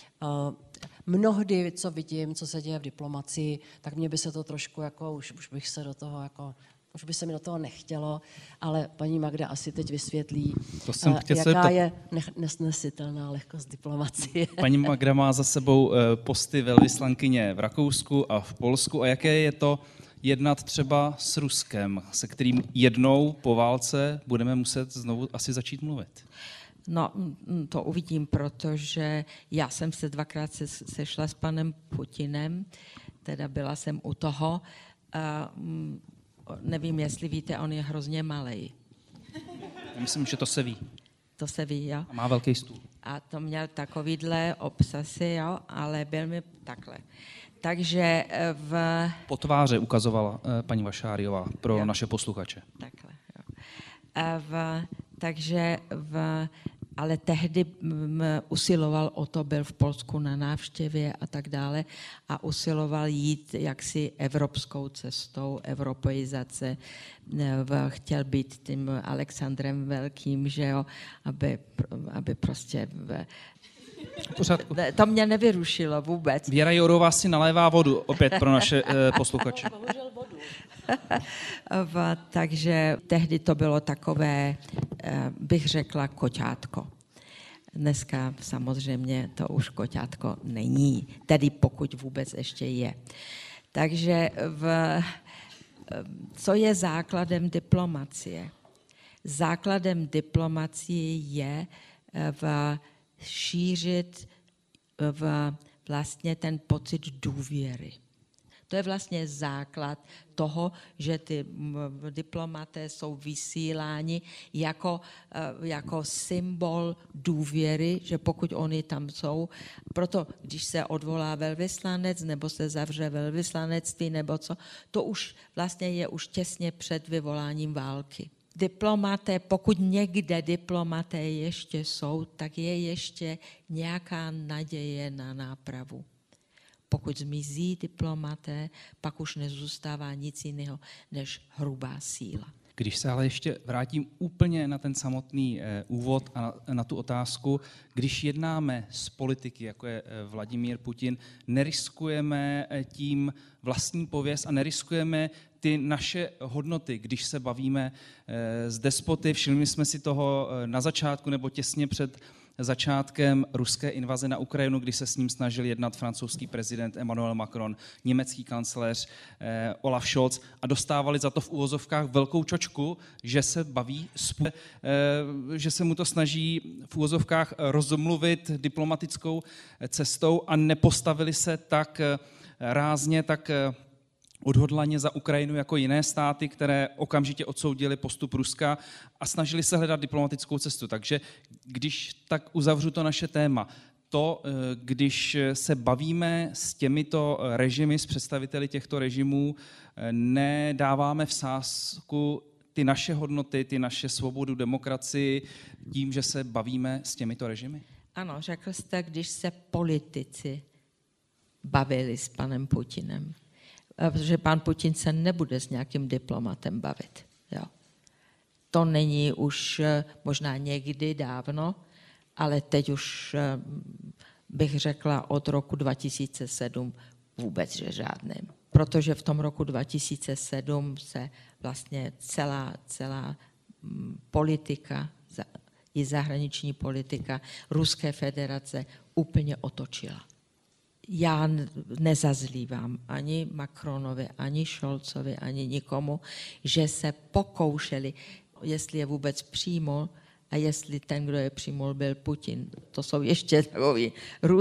S7: Mnohdy, co vidím, co se děje v diplomacii, tak mě by se to trošku, jako, už bych se do toho jako... Už by se mi do toho nechtělo, ale paní Magda asi teď vysvětlí, jaká je nesnesitelná lehkost diplomacie.
S5: Paní Magda má za sebou posty velvyslankyně v Rakousku a v Polsku. A jaké je to jednat třeba s Ruskem, se kterým jednou po válce budeme muset znovu asi začít mluvit?
S6: No, to uvidím, protože já jsem se dvakrát sešla s panem Putinem, teda byla jsem u toho. Nevím, jestli víte, on je hrozně malej.
S5: Já myslím, že to se ví.
S6: To se ví, jo.
S5: A má velký stůl.
S6: A to měl takovýhle obsasy, jo, ale byl mi takhle. Takže
S5: Po tváře ukazovala paní Vašáriová pro naše posluchače.
S6: Takhle, jo. Ale tehdy usiloval o to, byl v Polsku na návštěvě a tak dále a usiloval jít jaksi evropskou cestou, europeizace. Chtěl být tím Alexandrem Velkým, že jo, aby prostě...
S5: Pořádku.
S6: To mě nevyrušilo vůbec.
S5: Věra Jourová si nalévá vodu opět pro naše posluchače.
S6: Takže tehdy to bylo takové, bych řekla, koťátko. Dneska samozřejmě to už koťátko není, tedy pokud vůbec ještě je. Takže co je základem diplomacie? Základem diplomacie je šířit vlastně ten pocit důvěry. To je vlastně základ toho, že ty diplomaté jsou vysíláni jako symbol důvěry, že pokud oni tam jsou, proto když se odvolá velvyslanec nebo se zavře velvyslanectví nebo co, to už vlastně je už těsně před vyvoláním války. Diplomaté, pokud někde diplomaté ještě jsou, tak je ještě nějaká naděje na nápravu. Pokud zmizí diplomaté, pak už nezůstává nic jiného než hrubá síla.
S5: Když se ale ještě vrátím úplně na ten samotný úvod a na tu otázku, když jednáme s politiky, jako je Vladimír Putin, neriskujeme tím vlastní pověst a neriskujeme ty naše hodnoty, když se bavíme s despoty. Všimli jsme si toho na začátku nebo těsně před začátkem ruské invaze na Ukrajinu, kdy se s ním snažil jednat francouzský prezident Emmanuel Macron, německý kancléř Olaf Scholz a dostávali za to v uvozovkách velkou čočku, že se baví spolu, že se mu to snaží v uvozovkách rozmluvit diplomatickou cestou a nepostavili se tak rázně, tak odhodlaně za Ukrajinu jako jiné státy, které okamžitě odsoudili postup Ruska a snažili se hledat diplomatickou cestu. Takže když tak uzavřu to naše téma, když se bavíme s těmito režimy, s představiteli těchto režimů, nedáváme v sázku ty naše hodnoty, ty naše svobodu, demokracii tím, že se bavíme s těmito režimy?
S6: Ano, řekl jste, když se politici bavili s panem Putinem. Protože pan Putin se nebude s nějakým diplomatem bavit. Jo. To není už možná někdy dávno, ale teď už bych řekla od roku 2007 vůbec, že žádným. Protože v tom roku 2007 se vlastně celá politika, i zahraniční politika Ruské federace úplně otočila. Já nezazlívám ani Macronovi, ani Scholzovi, ani nikomu, že se pokoušeli, jestli je vůbec přijmul a jestli ten, kdo je přijmul, byl Putin. To jsou ještě takový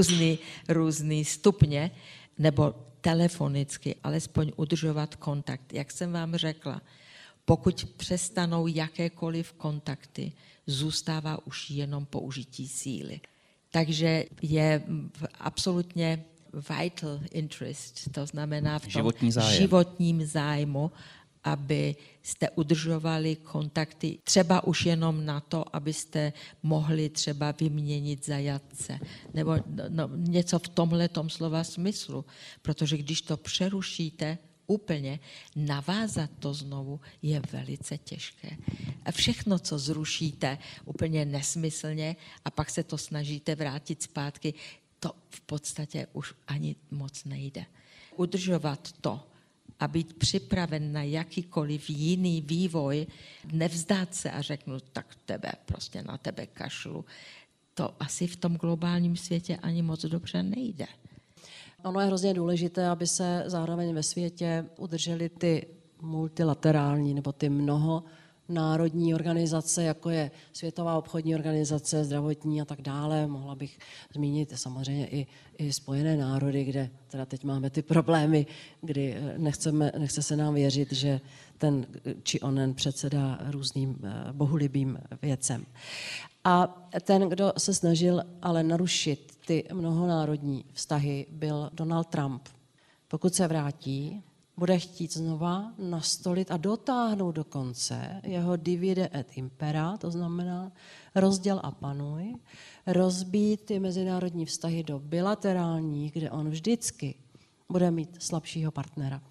S6: různý stupně, nebo telefonicky, alespoň udržovat kontakt. Jak jsem vám řekla, pokud přestanou jakékoliv kontakty, zůstává už jenom použití síly. Takže je absolutně vital interest, to znamená v tom životním zájmu, aby jste udržovali kontakty, třeba už jenom na to, abyste mohli třeba vyměnit zajatce, nebo něco v tomhletom slova smyslu, protože když to přerušíte úplně, navázat to znovu je velice těžké. A všechno, co zrušíte úplně nesmyslně a pak se to snažíte vrátit zpátky, to v podstatě už ani moc nejde. Udržovat to a být připraven na jakýkoliv jiný vývoj, nevzdát se a řeknu, tak prostě na tebe kašlu, to asi v tom globálním světě ani moc dobře nejde.
S7: Ono je hrozně důležité, aby se zároveň ve světě udržely ty multilaterální nebo ty mnohonárodní organizace, jako je Světová obchodní organizace, zdravotní a tak dále. Mohla bych zmínit samozřejmě i Spojené národy, kde teda teď máme ty problémy, kdy nechce se nám věřit, že ten či onen předsedá různým bohulibým věcem. A ten, kdo se snažil ale narušit ty mnohonárodní vztahy, byl Donald Trump. Pokud se vrátí, bude chtít znova nastolit a dotáhnout do konce jeho divide et impera, to znamená rozděl a panuj, rozbít ty mezinárodní vztahy do bilaterálních, kde on vždycky bude mít slabšího partnera.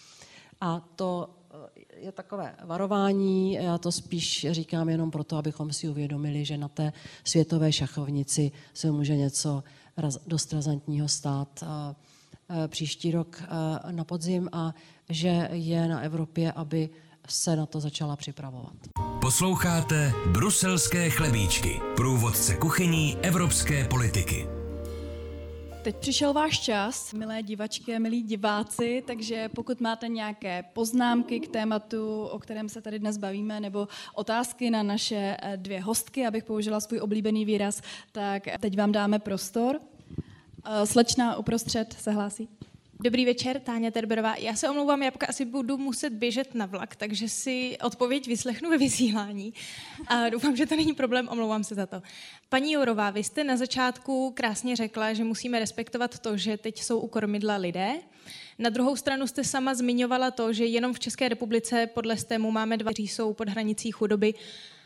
S7: A to je takové varování, já to spíš říkám jenom proto, abychom si uvědomili, že na té světové šachovnici se může něco dost razantního stát příští rok na podzim a že je na Evropě, aby se na to začala připravovat.
S2: Posloucháte Bruselské chlebíčky, průvodce kuchyní evropské politiky.
S3: Teď přišel váš čas, milé divačky a milí diváci, takže pokud máte nějaké poznámky k tématu, o kterém se tady dnes bavíme, nebo otázky na naše dvě hostky, abych použila svůj oblíbený výraz, tak teď vám dáme prostor. Slečna uprostřed se hlásí.
S8: Dobrý večer, Táňa Terberová. Já se omlouvám, já asi budu muset běžet na vlak, takže si odpověď vyslechnu ve vysílání. A doufám, že to není problém, omlouvám se za to. Paní Jourová, vy jste na začátku krásně řekla, že musíme respektovat to, že teď jsou u kormidla lidé. Na druhou stranu jste sama zmiňovala to, že jenom v České republice podle STEMu máme 2, kteří jsou pod hranicí chudoby.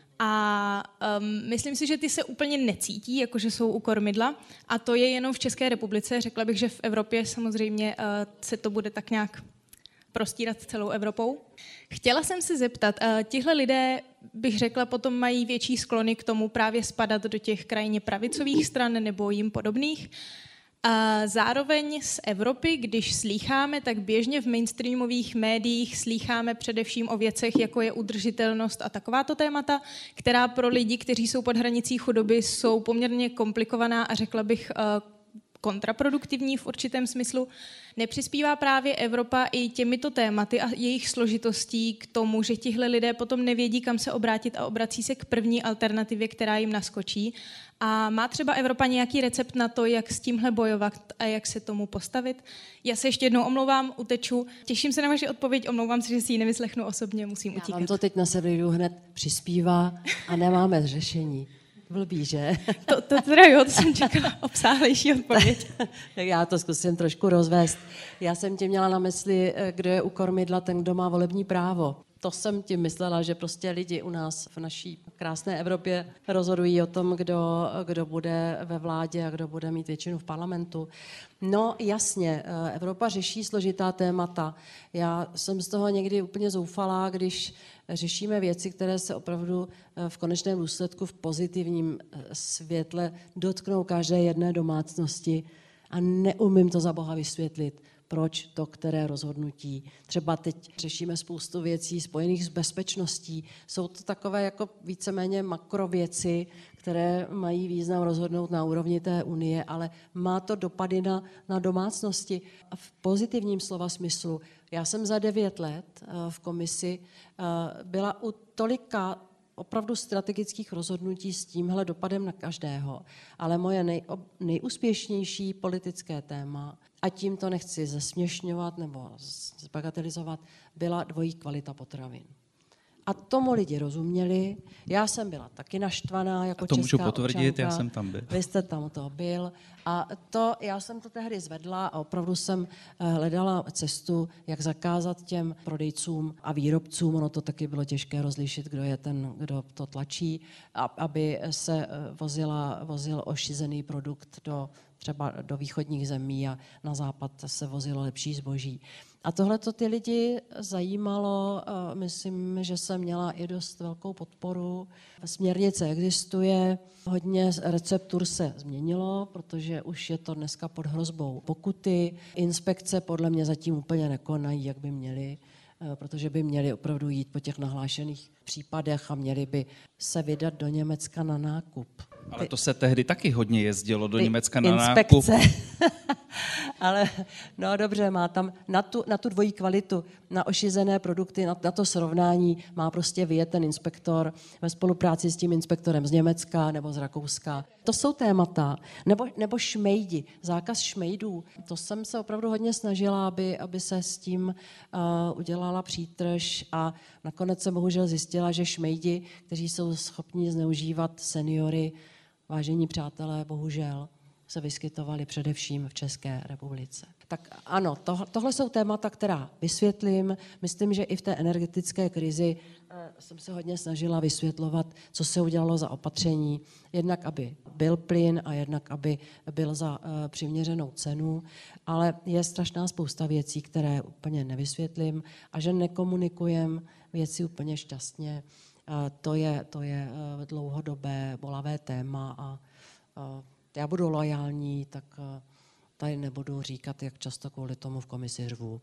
S8: A myslím si, že ty se úplně necítí, jakože jsou u kormidla. A to je jenom v České republice. Řekla bych, že v Evropě samozřejmě se to bude tak nějak prostírat celou Evropou. Chtěla jsem se zeptat, tihle lidé, bych řekla, potom mají větší sklony k tomu právě spadat do těch krajně pravicových stran nebo jim podobných. A zároveň z Evropy, když slýcháme, tak běžně v mainstreamových médiích slýcháme především o věcech, jako je udržitelnost a takováto témata, která pro lidi, kteří jsou pod hranicí chudoby, jsou poměrně komplikovaná a řekla bych kontraproduktivní v určitém smyslu. Nepřispívá právě Evropa i těmito tématy a jejich složitostí k tomu, že tihle lidé potom nevědí, kam se obrátit a obrací se k první alternativě, která jim naskočí. A má třeba Evropa nějaký recept na to, jak s tímhle bojovat a jak se tomu postavit? Já se ještě jednou omlouvám, uteču. Těším se na vaši odpověď, omlouvám se, že si ji nevyslechnu osobně, musím utíkat.
S7: Já vám to teď na sebe jdu hned přispívá a nemáme řešení. Blbý, že?
S8: To teda jo, to jsem čekala obsáhlejší odpověď.
S7: Tak já to zkusím trošku rozvést. Já jsem tím měla na mysli, kdo je u kormidla, ten, kdo má volební právo. To jsem tím myslela, že prostě lidi u nás v naší krásné Evropě rozhodují o tom, kdo bude ve vládě a kdo bude mít většinu v parlamentu. No jasně, Evropa řeší složitá témata. Já jsem z toho někdy úplně zoufalá, když řešíme věci, které se opravdu v konečném důsledku v pozitivním světle dotknou každé jedné domácnosti a neumím to za Boha vysvětlit, proč to, které rozhodnutí. Třeba teď řešíme spoustu věcí spojených s bezpečností. Jsou to takové jako víceméně makrověci, které mají význam rozhodnout na úrovni té Unie, ale má to dopady na domácnosti. A v pozitivním slova smyslu. Já jsem za 9 let v komisi byla u tolika opravdu strategických rozhodnutí s tímhle dopadem na každého. Ale moje nejúspěšnější politické téma, a tím to nechci zesměšňovat nebo zbagatelizovat, byla dvojí kvalita potravin. A tomu lidi rozuměli. Já jsem byla taky naštvaná jako česká občanka.
S5: To můžu potvrdit, já jsem tam byl.
S7: Vy jste tam to byl. A já jsem to tehdy zvedla a opravdu jsem hledala cestu, jak zakázat těm prodejcům a výrobcům, ono to taky bylo těžké rozlišit, kdo je ten, kdo to tlačí, aby se vozil ošizený produkt třeba do východních zemí a na západ se vozilo lepší zboží. A tohle to ty lidi zajímalo, myslím, že jsem měla i dost velkou podporu. Směrnice existuje, hodně receptur se změnilo, protože už je to dneska pod hrozbou pokuty. Inspekce podle mě zatím úplně nekonají, jak by měly, protože by měli opravdu jít po těch nahlášených případech a měli by se vydat do Německa na nákup.
S5: Ale to se tehdy taky hodně jezdilo do Německa na
S7: inspekce.
S5: nákup.
S7: Ale no dobře, má tam na tu dvojí kvalitu, na ošizené produkty, na to srovnání má prostě vyjet ten inspektor ve spolupráci s tím inspektorem z Německa nebo z Rakouska. To jsou témata. Nebo šmejdi, zákaz šmejdů. To jsem se opravdu hodně snažila, aby se s tím udělala přítrž a nakonec jsem bohužel zjistila, že šmejdi, kteří jsou schopni zneužívat seniory, vážení přátelé, bohužel se vyskytovaly především v České republice. Tak ano, tohle jsou témata, která vysvětlím. Myslím, že i v té energetické krizi jsem se hodně snažila vysvětlovat, co se udělalo za opatření. Jednak, aby byl plyn a jednak, aby byl za přiměřenou cenu. Ale je strašná spousta věcí, které úplně nevysvětlím a že nekomunikujeme věci úplně šťastně. To je dlouhodobé bolavé téma a já budu loajální, tak tady nebudu říkat, jak často kvůli tomu v komisi řvu.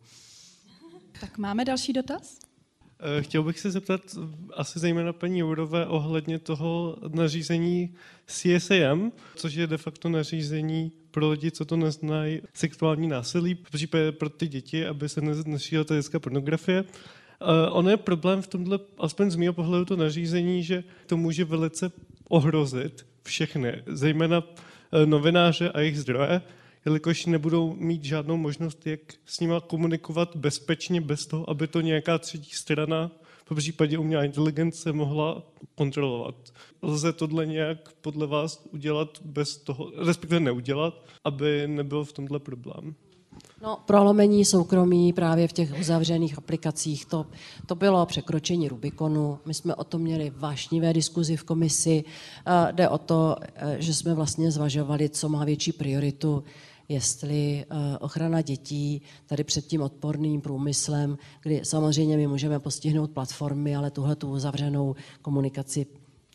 S3: Tak máme další dotaz?
S9: Chtěl bych se zeptat asi zejména paní Jourové ohledně toho nařízení CSAM, což je de facto nařízení pro lidi, co to neznají, sexuální násilí, případně pro ty děti, aby se nešířila ta dětská pornografie. Ono je problém v tomhle, aspoň z mého pohledu to nařízení, že to může velice ohrozit všechny, zejména novináře a jejich zdroje, jelikož nebudou mít žádnou možnost, jak s nimi komunikovat bezpečně, bez toho, aby to nějaká třetí strana, v případě umělá inteligence, mohla kontrolovat. Lze tohle nějak podle vás udělat bez toho, respektive neudělat, aby nebyl v tomhle problém?
S7: No, prolomení soukromí právě v těch uzavřených aplikacích, to bylo překročení Rubikonu. My jsme o tom měli vášnivé diskuzi v komisi. Jde o to, že jsme vlastně zvažovali, co má větší prioritu, jestli ochrana dětí tady před tím odporným průmyslem, kdy samozřejmě my můžeme postihnout platformy, ale tuhletu uzavřenou komunikaci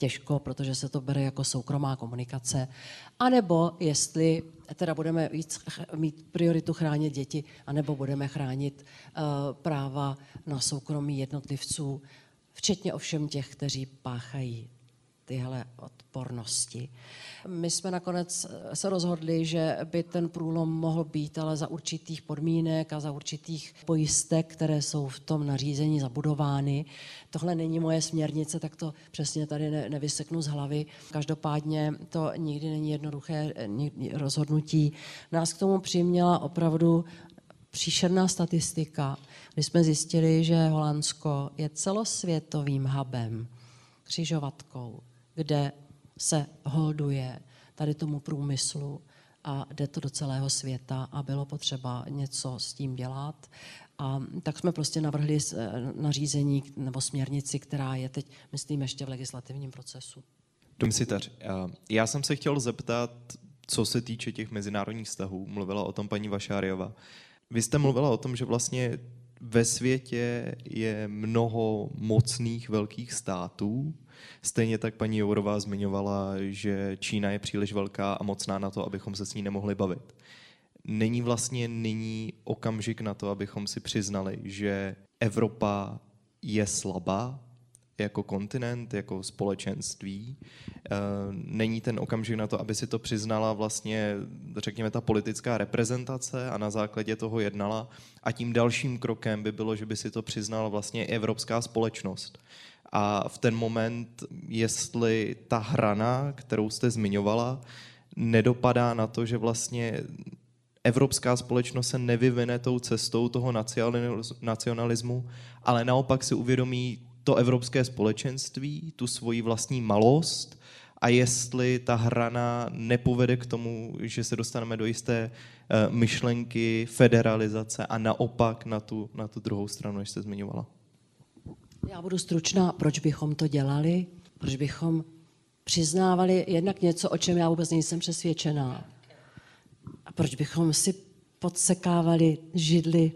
S7: těžko, protože se to bere jako soukromá komunikace, anebo jestli teda budeme mít prioritu chránit děti, anebo budeme chránit práva na soukromí jednotlivců, včetně ovšem těch, kteří páchají tyhle odpornosti. My jsme nakonec se rozhodli, že by ten průlom mohl být, ale za určitých podmínek a za určitých pojistek, které jsou v tom nařízení zabudovány. Tohle není moje směrnice, tak to přesně tady nevyseknu z hlavy. Každopádně to nikdy není jednoduché rozhodnutí. Nás k tomu přiměla opravdu příšerná statistika, kdy jsme zjistili, že Holandsko je celosvětovým hubem, křižovatkou, kde se holduje tady tomu průmyslu a jde to do celého světa a bylo potřeba něco s tím dělat. A tak jsme prostě navrhli nařízení nebo směrnici, která je teď, myslím, ještě v legislativním procesu.
S10: Domysitař, já jsem se chtěl zeptat, co se týče těch mezinárodních vztahů. Mluvila o tom paní Vašáriová. Vy jste mluvila o tom, že vlastně ve světě je mnoho mocných velkých států. Stejně tak paní Jourová zmiňovala, že Čína je příliš velká a mocná na to, abychom se s ní nemohli bavit. Není vlastně nyní okamžik na to, abychom si přiznali, že Evropa je slabá jako kontinent, jako společenství. Není ten okamžik na to, aby si to přiznala vlastně, řekněme, ta politická reprezentace a na základě toho jednala. A tím dalším krokem by bylo, že by si to přiznala vlastně i evropská společnost. A v ten moment, jestli ta hrana, kterou jste zmiňovala, nedopadá na to, že vlastně evropská společnost se nevyvine tou cestou toho nacionalismu, ale naopak si uvědomí to evropské společenství, tu svoji vlastní malost a jestli ta hrana nepovede k tomu, že se dostaneme do jisté myšlenky federalizace a naopak na tu druhou stranu, než jste zmiňovala.
S7: Já budu stručná. Proč bychom to dělali? Proč bychom přiznávali jednak něco, o čem já vůbec nejsem přesvědčená? A proč bychom si podsekávali židli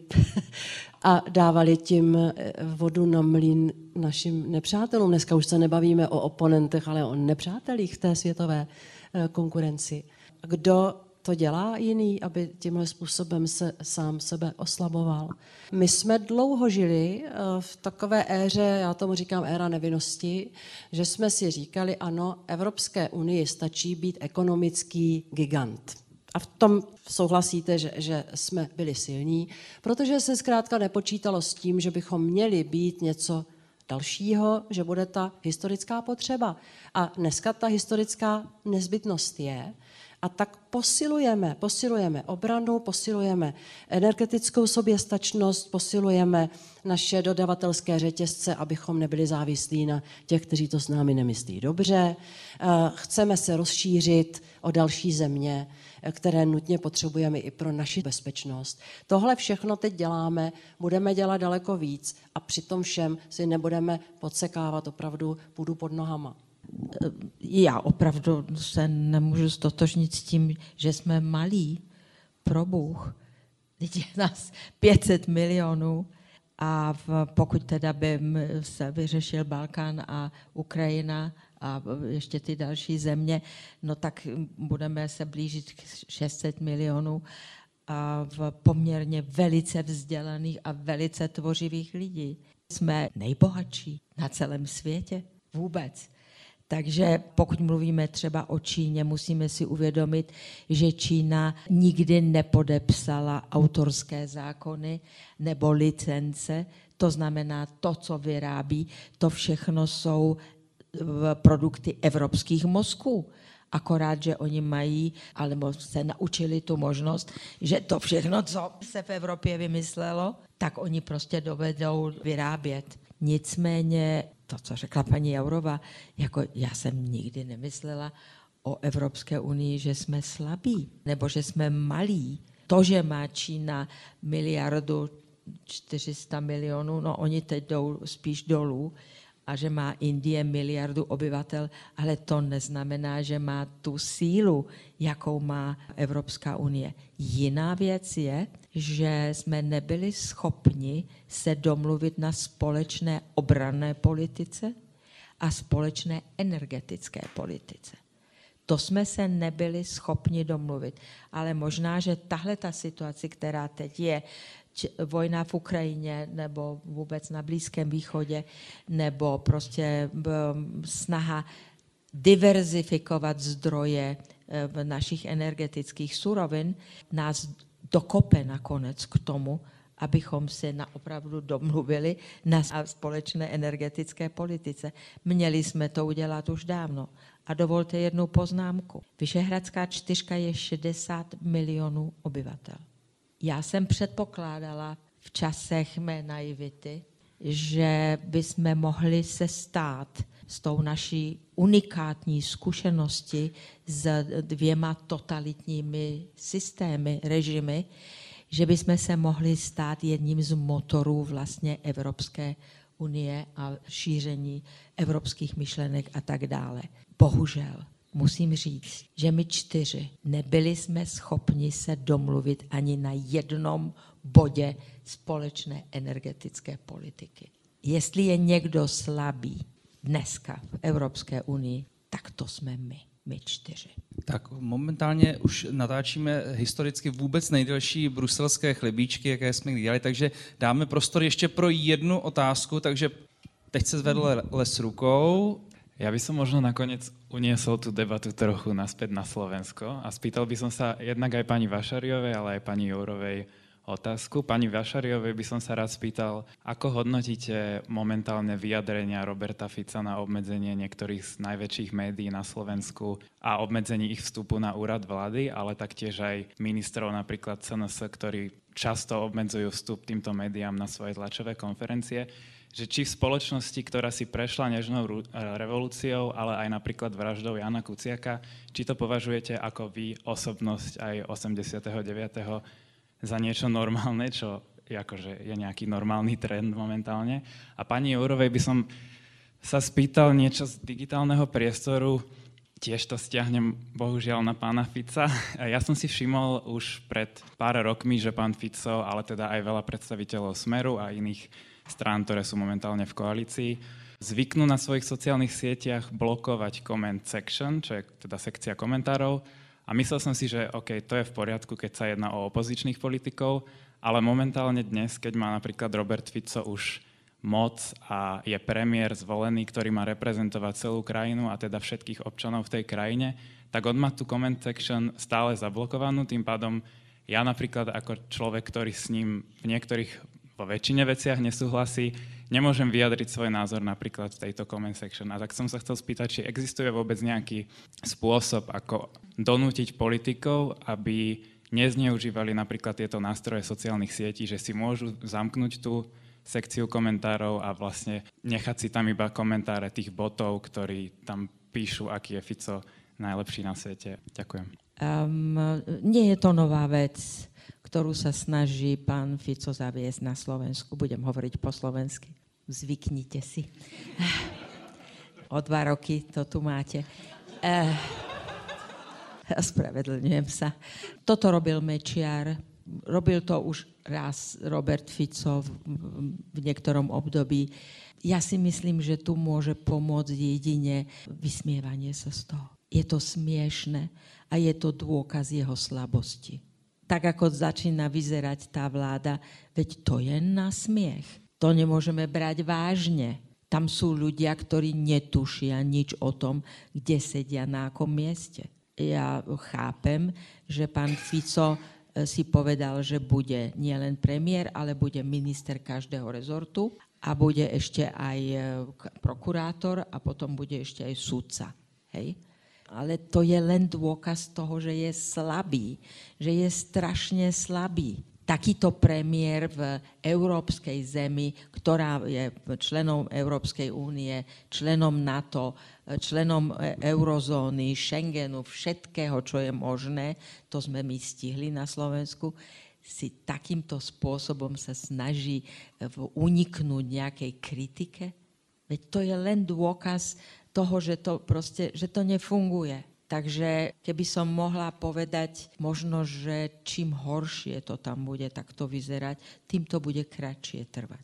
S7: a dávali tím vodu na mlýn našim nepřátelům? Dneska už se nebavíme o oponentech, ale o nepřátelích v té světové konkurenci. Kdo to dělá jiný, aby tímhle způsobem se sám sebe oslaboval? My jsme dlouho žili v takové éře, já tomu říkám éra nevinnosti, že jsme si říkali, ano, Evropské unii stačí být ekonomický gigant. A v tom souhlasíte, že jsme byli silní, protože se zkrátka nepočítalo s tím, že bychom měli být něco dalšího, že bude ta historická potřeba. A dneska ta historická nezbytnost je, a tak posilujeme obranu, posilujeme energetickou soběstačnost, posilujeme naše dodavatelské řetězce, abychom nebyli závislí na těch, kteří to s námi nemyslí dobře. Chceme se rozšířit o další země, které nutně potřebujeme i pro naši bezpečnost. Tohle všechno teď děláme, budeme dělat daleko víc a při tom všem si nebudeme podsekávat opravdu půdu pod nohama.
S6: Já opravdu se nemůžu ztotožnit s tím, že jsme malí, pro Bůh. Teď je nás 500 milionů a pokud teda by se vyřešil Balkán a Ukrajina a ještě ty další země, no tak budeme se blížit k 600 milionů a v poměrně velice vzdělaných a velice tvořivých lidí. Jsme nejbohatší na celém světě vůbec. Takže pokud mluvíme třeba o Číně, musíme si uvědomit, že Čína nikdy nepodepsala autorské zákony nebo licence. To znamená, to, co vyrábí, to všechno jsou produkty evropských mozků. Akorát, že oni mají, alebo se naučili tu možnost, že to všechno, co se v Evropě vymyslelo, tak oni prostě dovedou vyrábět. Nicméně to, co řekla paní Jourová, jako já jsem nikdy nemyslela o Evropské unii, že jsme slabí, nebo že jsme malí. To, že má Čína 1,4 miliardy, no oni teď jdou spíš dolů, a že má Indie 1 miliardu obyvatel, ale to neznamená, že má tu sílu, jakou má Evropská unie. Jiná věc je, že jsme nebyli schopni se domluvit na společné obranné politice a společné energetické politice. To jsme se nebyli schopni domluvit. Ale možná, že tahle ta situace, která teď je, vojna v Ukrajině nebo vůbec na Blízkém východě, nebo prostě snaha diverzifikovat zdroje našich energetických surovin, nás dokope nakonec k tomu, abychom se opravdu domluvili na společné energetické politice. Měli jsme to udělat už dávno. A dovolte jednu poznámku. Vyšehradská čtyřka je 60 milionů obyvatel. Já jsem předpokládala v časech mé naivity, že bychom mohli se stát s tou naší unikátní zkušenosti s 2 totalitními systémy, režimy, že bychom se mohli stát jedním z motorů vlastně Evropské unie a šíření evropských myšlenek a tak dále. Bohužel musím říct, že my 4 nebyli jsme schopni se domluvit ani na jednom bodě společné energetické politiky. Jestli je někdo slabý dneska v Evropské unii, tak to jsme my 4.
S5: Tak momentálně už natáčíme historicky vůbec nejdelší bruselské chlebíčky, jaké jsme dělali, takže dáme prostor ještě pro jednu otázku, takže teď se zvedl les rukou.
S11: Ja by som možno nakoniec uniesol tú debatu trochu naspäť na Slovensko a spýtal by som sa jednak aj pani Vašariovej, ale aj pani Jourovej otázku. Pani Vašariovej by som sa rád spýtal, ako hodnotíte momentálne vyjadrenia Roberta Fica na obmedzenie niektorých z najväčších médií na Slovensku a obmedzení ich vstupu na úrad vlády, ale taktiež aj ministrov napríklad SNS, ktorí často obmedzujú vstup týmto médiám na svoje tlačové konferencie, že či v spoločnosti, ktorá si prešla nežnou revolúciou, ale aj napríklad vraždou Jana Kuciaka, či to považujete ako vy, osobnosť aj 89. za niečo normálne, čo akože je nejaký normálny trend momentálne. A pani Jourovej by som sa spýtal niečo z digitálneho priestoru, tiež to stiahnem bohužiaľ na pána Fica. Ja som si všimol už pred pár rokmi, že pán Fico, ale teda aj veľa predstaviteľov Smeru a iných strán, ktoré sú momentálne v koalícii, zvyknú na svojich sociálnych sieťach blokovať comment section, čo je teda sekcia komentárov. A myslel som si, že OK, to je v poriadku, keď sa jedná o opozičných politikov, ale momentálne dnes, keď má napríklad Robert Fico už moc a je premiér zvolený, ktorý má reprezentovať celú krajinu a teda všetkých občanov v tej krajine, tak on má tú comment section stále zablokovanú, tým pádom ja napríklad ako človek, ktorý s ním v niektorých vo väčšine veciach nesúhlasí, nemôžem vyjadriť svoj názor napríklad v tejto comment section. A tak som sa chcel spýtať, či existuje vôbec nejaký spôsob, ako donútiť politikov, aby nezneužívali napríklad tieto nástroje sociálnych sietí, že si môžu zamknúť tú sekciu komentárov a vlastne nechať si tam iba komentáre tých botov, ktorí tam píšu, aký je Fico najlepší na svete. Ďakujem.
S6: Nie je to nová vec, ktorú sa snaží pán Fico zaviesť na Slovensku. Budem hovoriť po slovensky. Zvyknite si. O 2 roky to tu máte. Spravedlňujem sa. Toto robil Mečiar. Robil to už raz Robert Fico v niektorom období. Ja si myslím, že tu môže pomôcť jedine vysmievanie sa z toho. Je to smiešne a je to dôkaz jeho slabosti. Tak ako začína vyzerať tá vláda, veď to je na smiech. To nemôžeme brať vážne. Tam sú ľudia, ktorí netušia nič o tom, kde sedia na akom mieste. Ja chápem, že pán Fico si povedal, že bude nielen premiér, ale bude minister každého rezortu a bude ešte aj prokurátor a potom bude ešte aj sudca. Hej? Ale to je len dôkaz toho, že je slabý, že je strašne slabý. Takýto premiér v európskej zemi, ktorá je členom Európskej únie, členom NATO, členom eurozóny, Schengenu, všetkého, čo je možné, to sme my stihli na Slovensku, si takýmto spôsobom sa snaží uniknúť nejakej kritike. Veď to je len dôkaz toho, že to proste, že to nefunguje. Takže keby som mohla povedať, možno, že čím horšie to tam bude takto vyzerať, tým to bude kratšie trvať.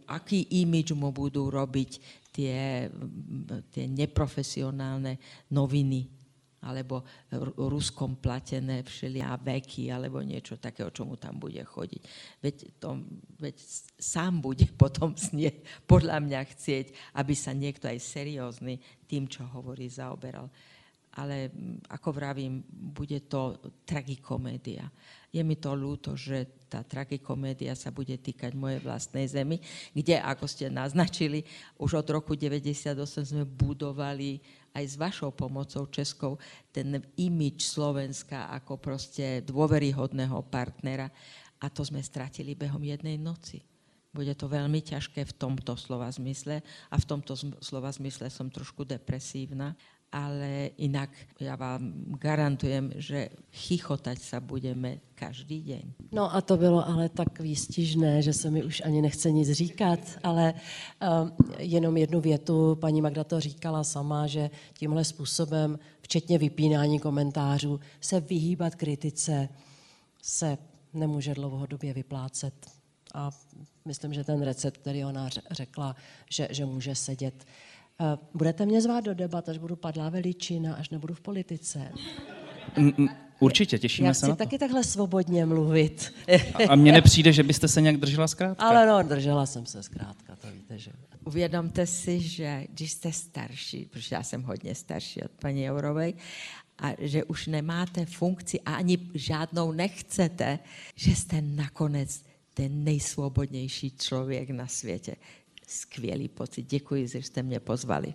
S6: aký imidž mu budú robiť tie neprofesionálne noviny alebo Ruskom platené všeliá veky, alebo niečo takého, čo mu tam bude chodiť. Veď sám bude potom podľa mňa chcieť, aby sa niekto aj seriózny tým, čo hovorí, zaoberal. Ale ako vravím, bude to tragikomédia. Je mi to ľúto, že tá tragikomédia sa bude týkať mojej vlastnej zemi, kde, ako ste naznačili, už od roku 1998 sme budovali aj s vašou pomocou českou ten imidž Slovenska ako proste dôveryhodného partnera a to sme stratili behom jednej noci. Bude to veľmi ťažké v tomto slova zmysle a v tomto slova zmysle som trošku depresívna, ale inak ja vám garantujem, že chichotať sa budeme každý deň.
S7: No a to bylo ale tak výstižné, že se mi už ani nechce nic říkat, ale jenom jednu větu, paní Magda to říkala sama, že tímhle způsobem, včetně vypínání komentářů, se vyhýbat kritice se nemůže dlouhodobě vyplácet. A myslím, že ten recept, který ona řekla, že může sedět. Budete mě zvát do debat, až budu padlá veličina, až nebudu v politice?
S5: Určitě, těšíme se na to.
S7: Já chci taky takhle svobodně mluvit.
S5: A mně nepřijde, že byste se nějak držela zkrátka?
S7: Ale no, držela jsem se zkrátka, to víte, že...
S6: Uvědomte si, že když jste starší, protože já jsem hodně starší od paní Jourovej, a že už nemáte funkci a ani žádnou nechcete, že jste nakonec ten nejsvobodnější člověk na světě. Skvělý pocit. Děkuji, že jste mě pozvali.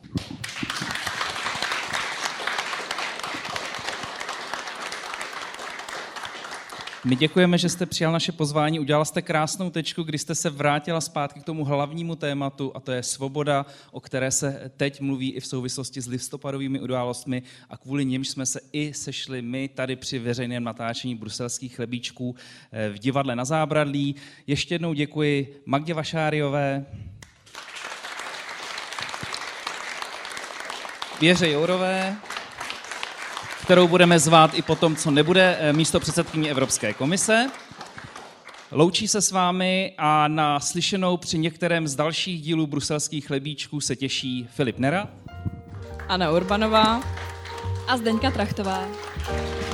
S5: My děkujeme, že jste přijal naše pozvání, udělala jste krásnou tečku, kdy jste se vrátila zpátky k tomu hlavnímu tématu, a to je svoboda, o které se teď mluví i v souvislosti s listopadovými událostmi a kvůli nimž jsme se i sešli my tady při veřejném natáčení bruselských chlebíčků v divadle Na Zábradlí. Ještě jednou děkuji Magdě Vašáriové, Věře Jourové, kterou budeme zvát i potom, co nebude místopředsedkyní Evropské komise. Loučí se s vámi a na slyšenou při některém z dalších dílů bruselských chlebíčků se těší Filip Nera,
S12: Anna Urbanová
S3: a Zdeňka Trachtová.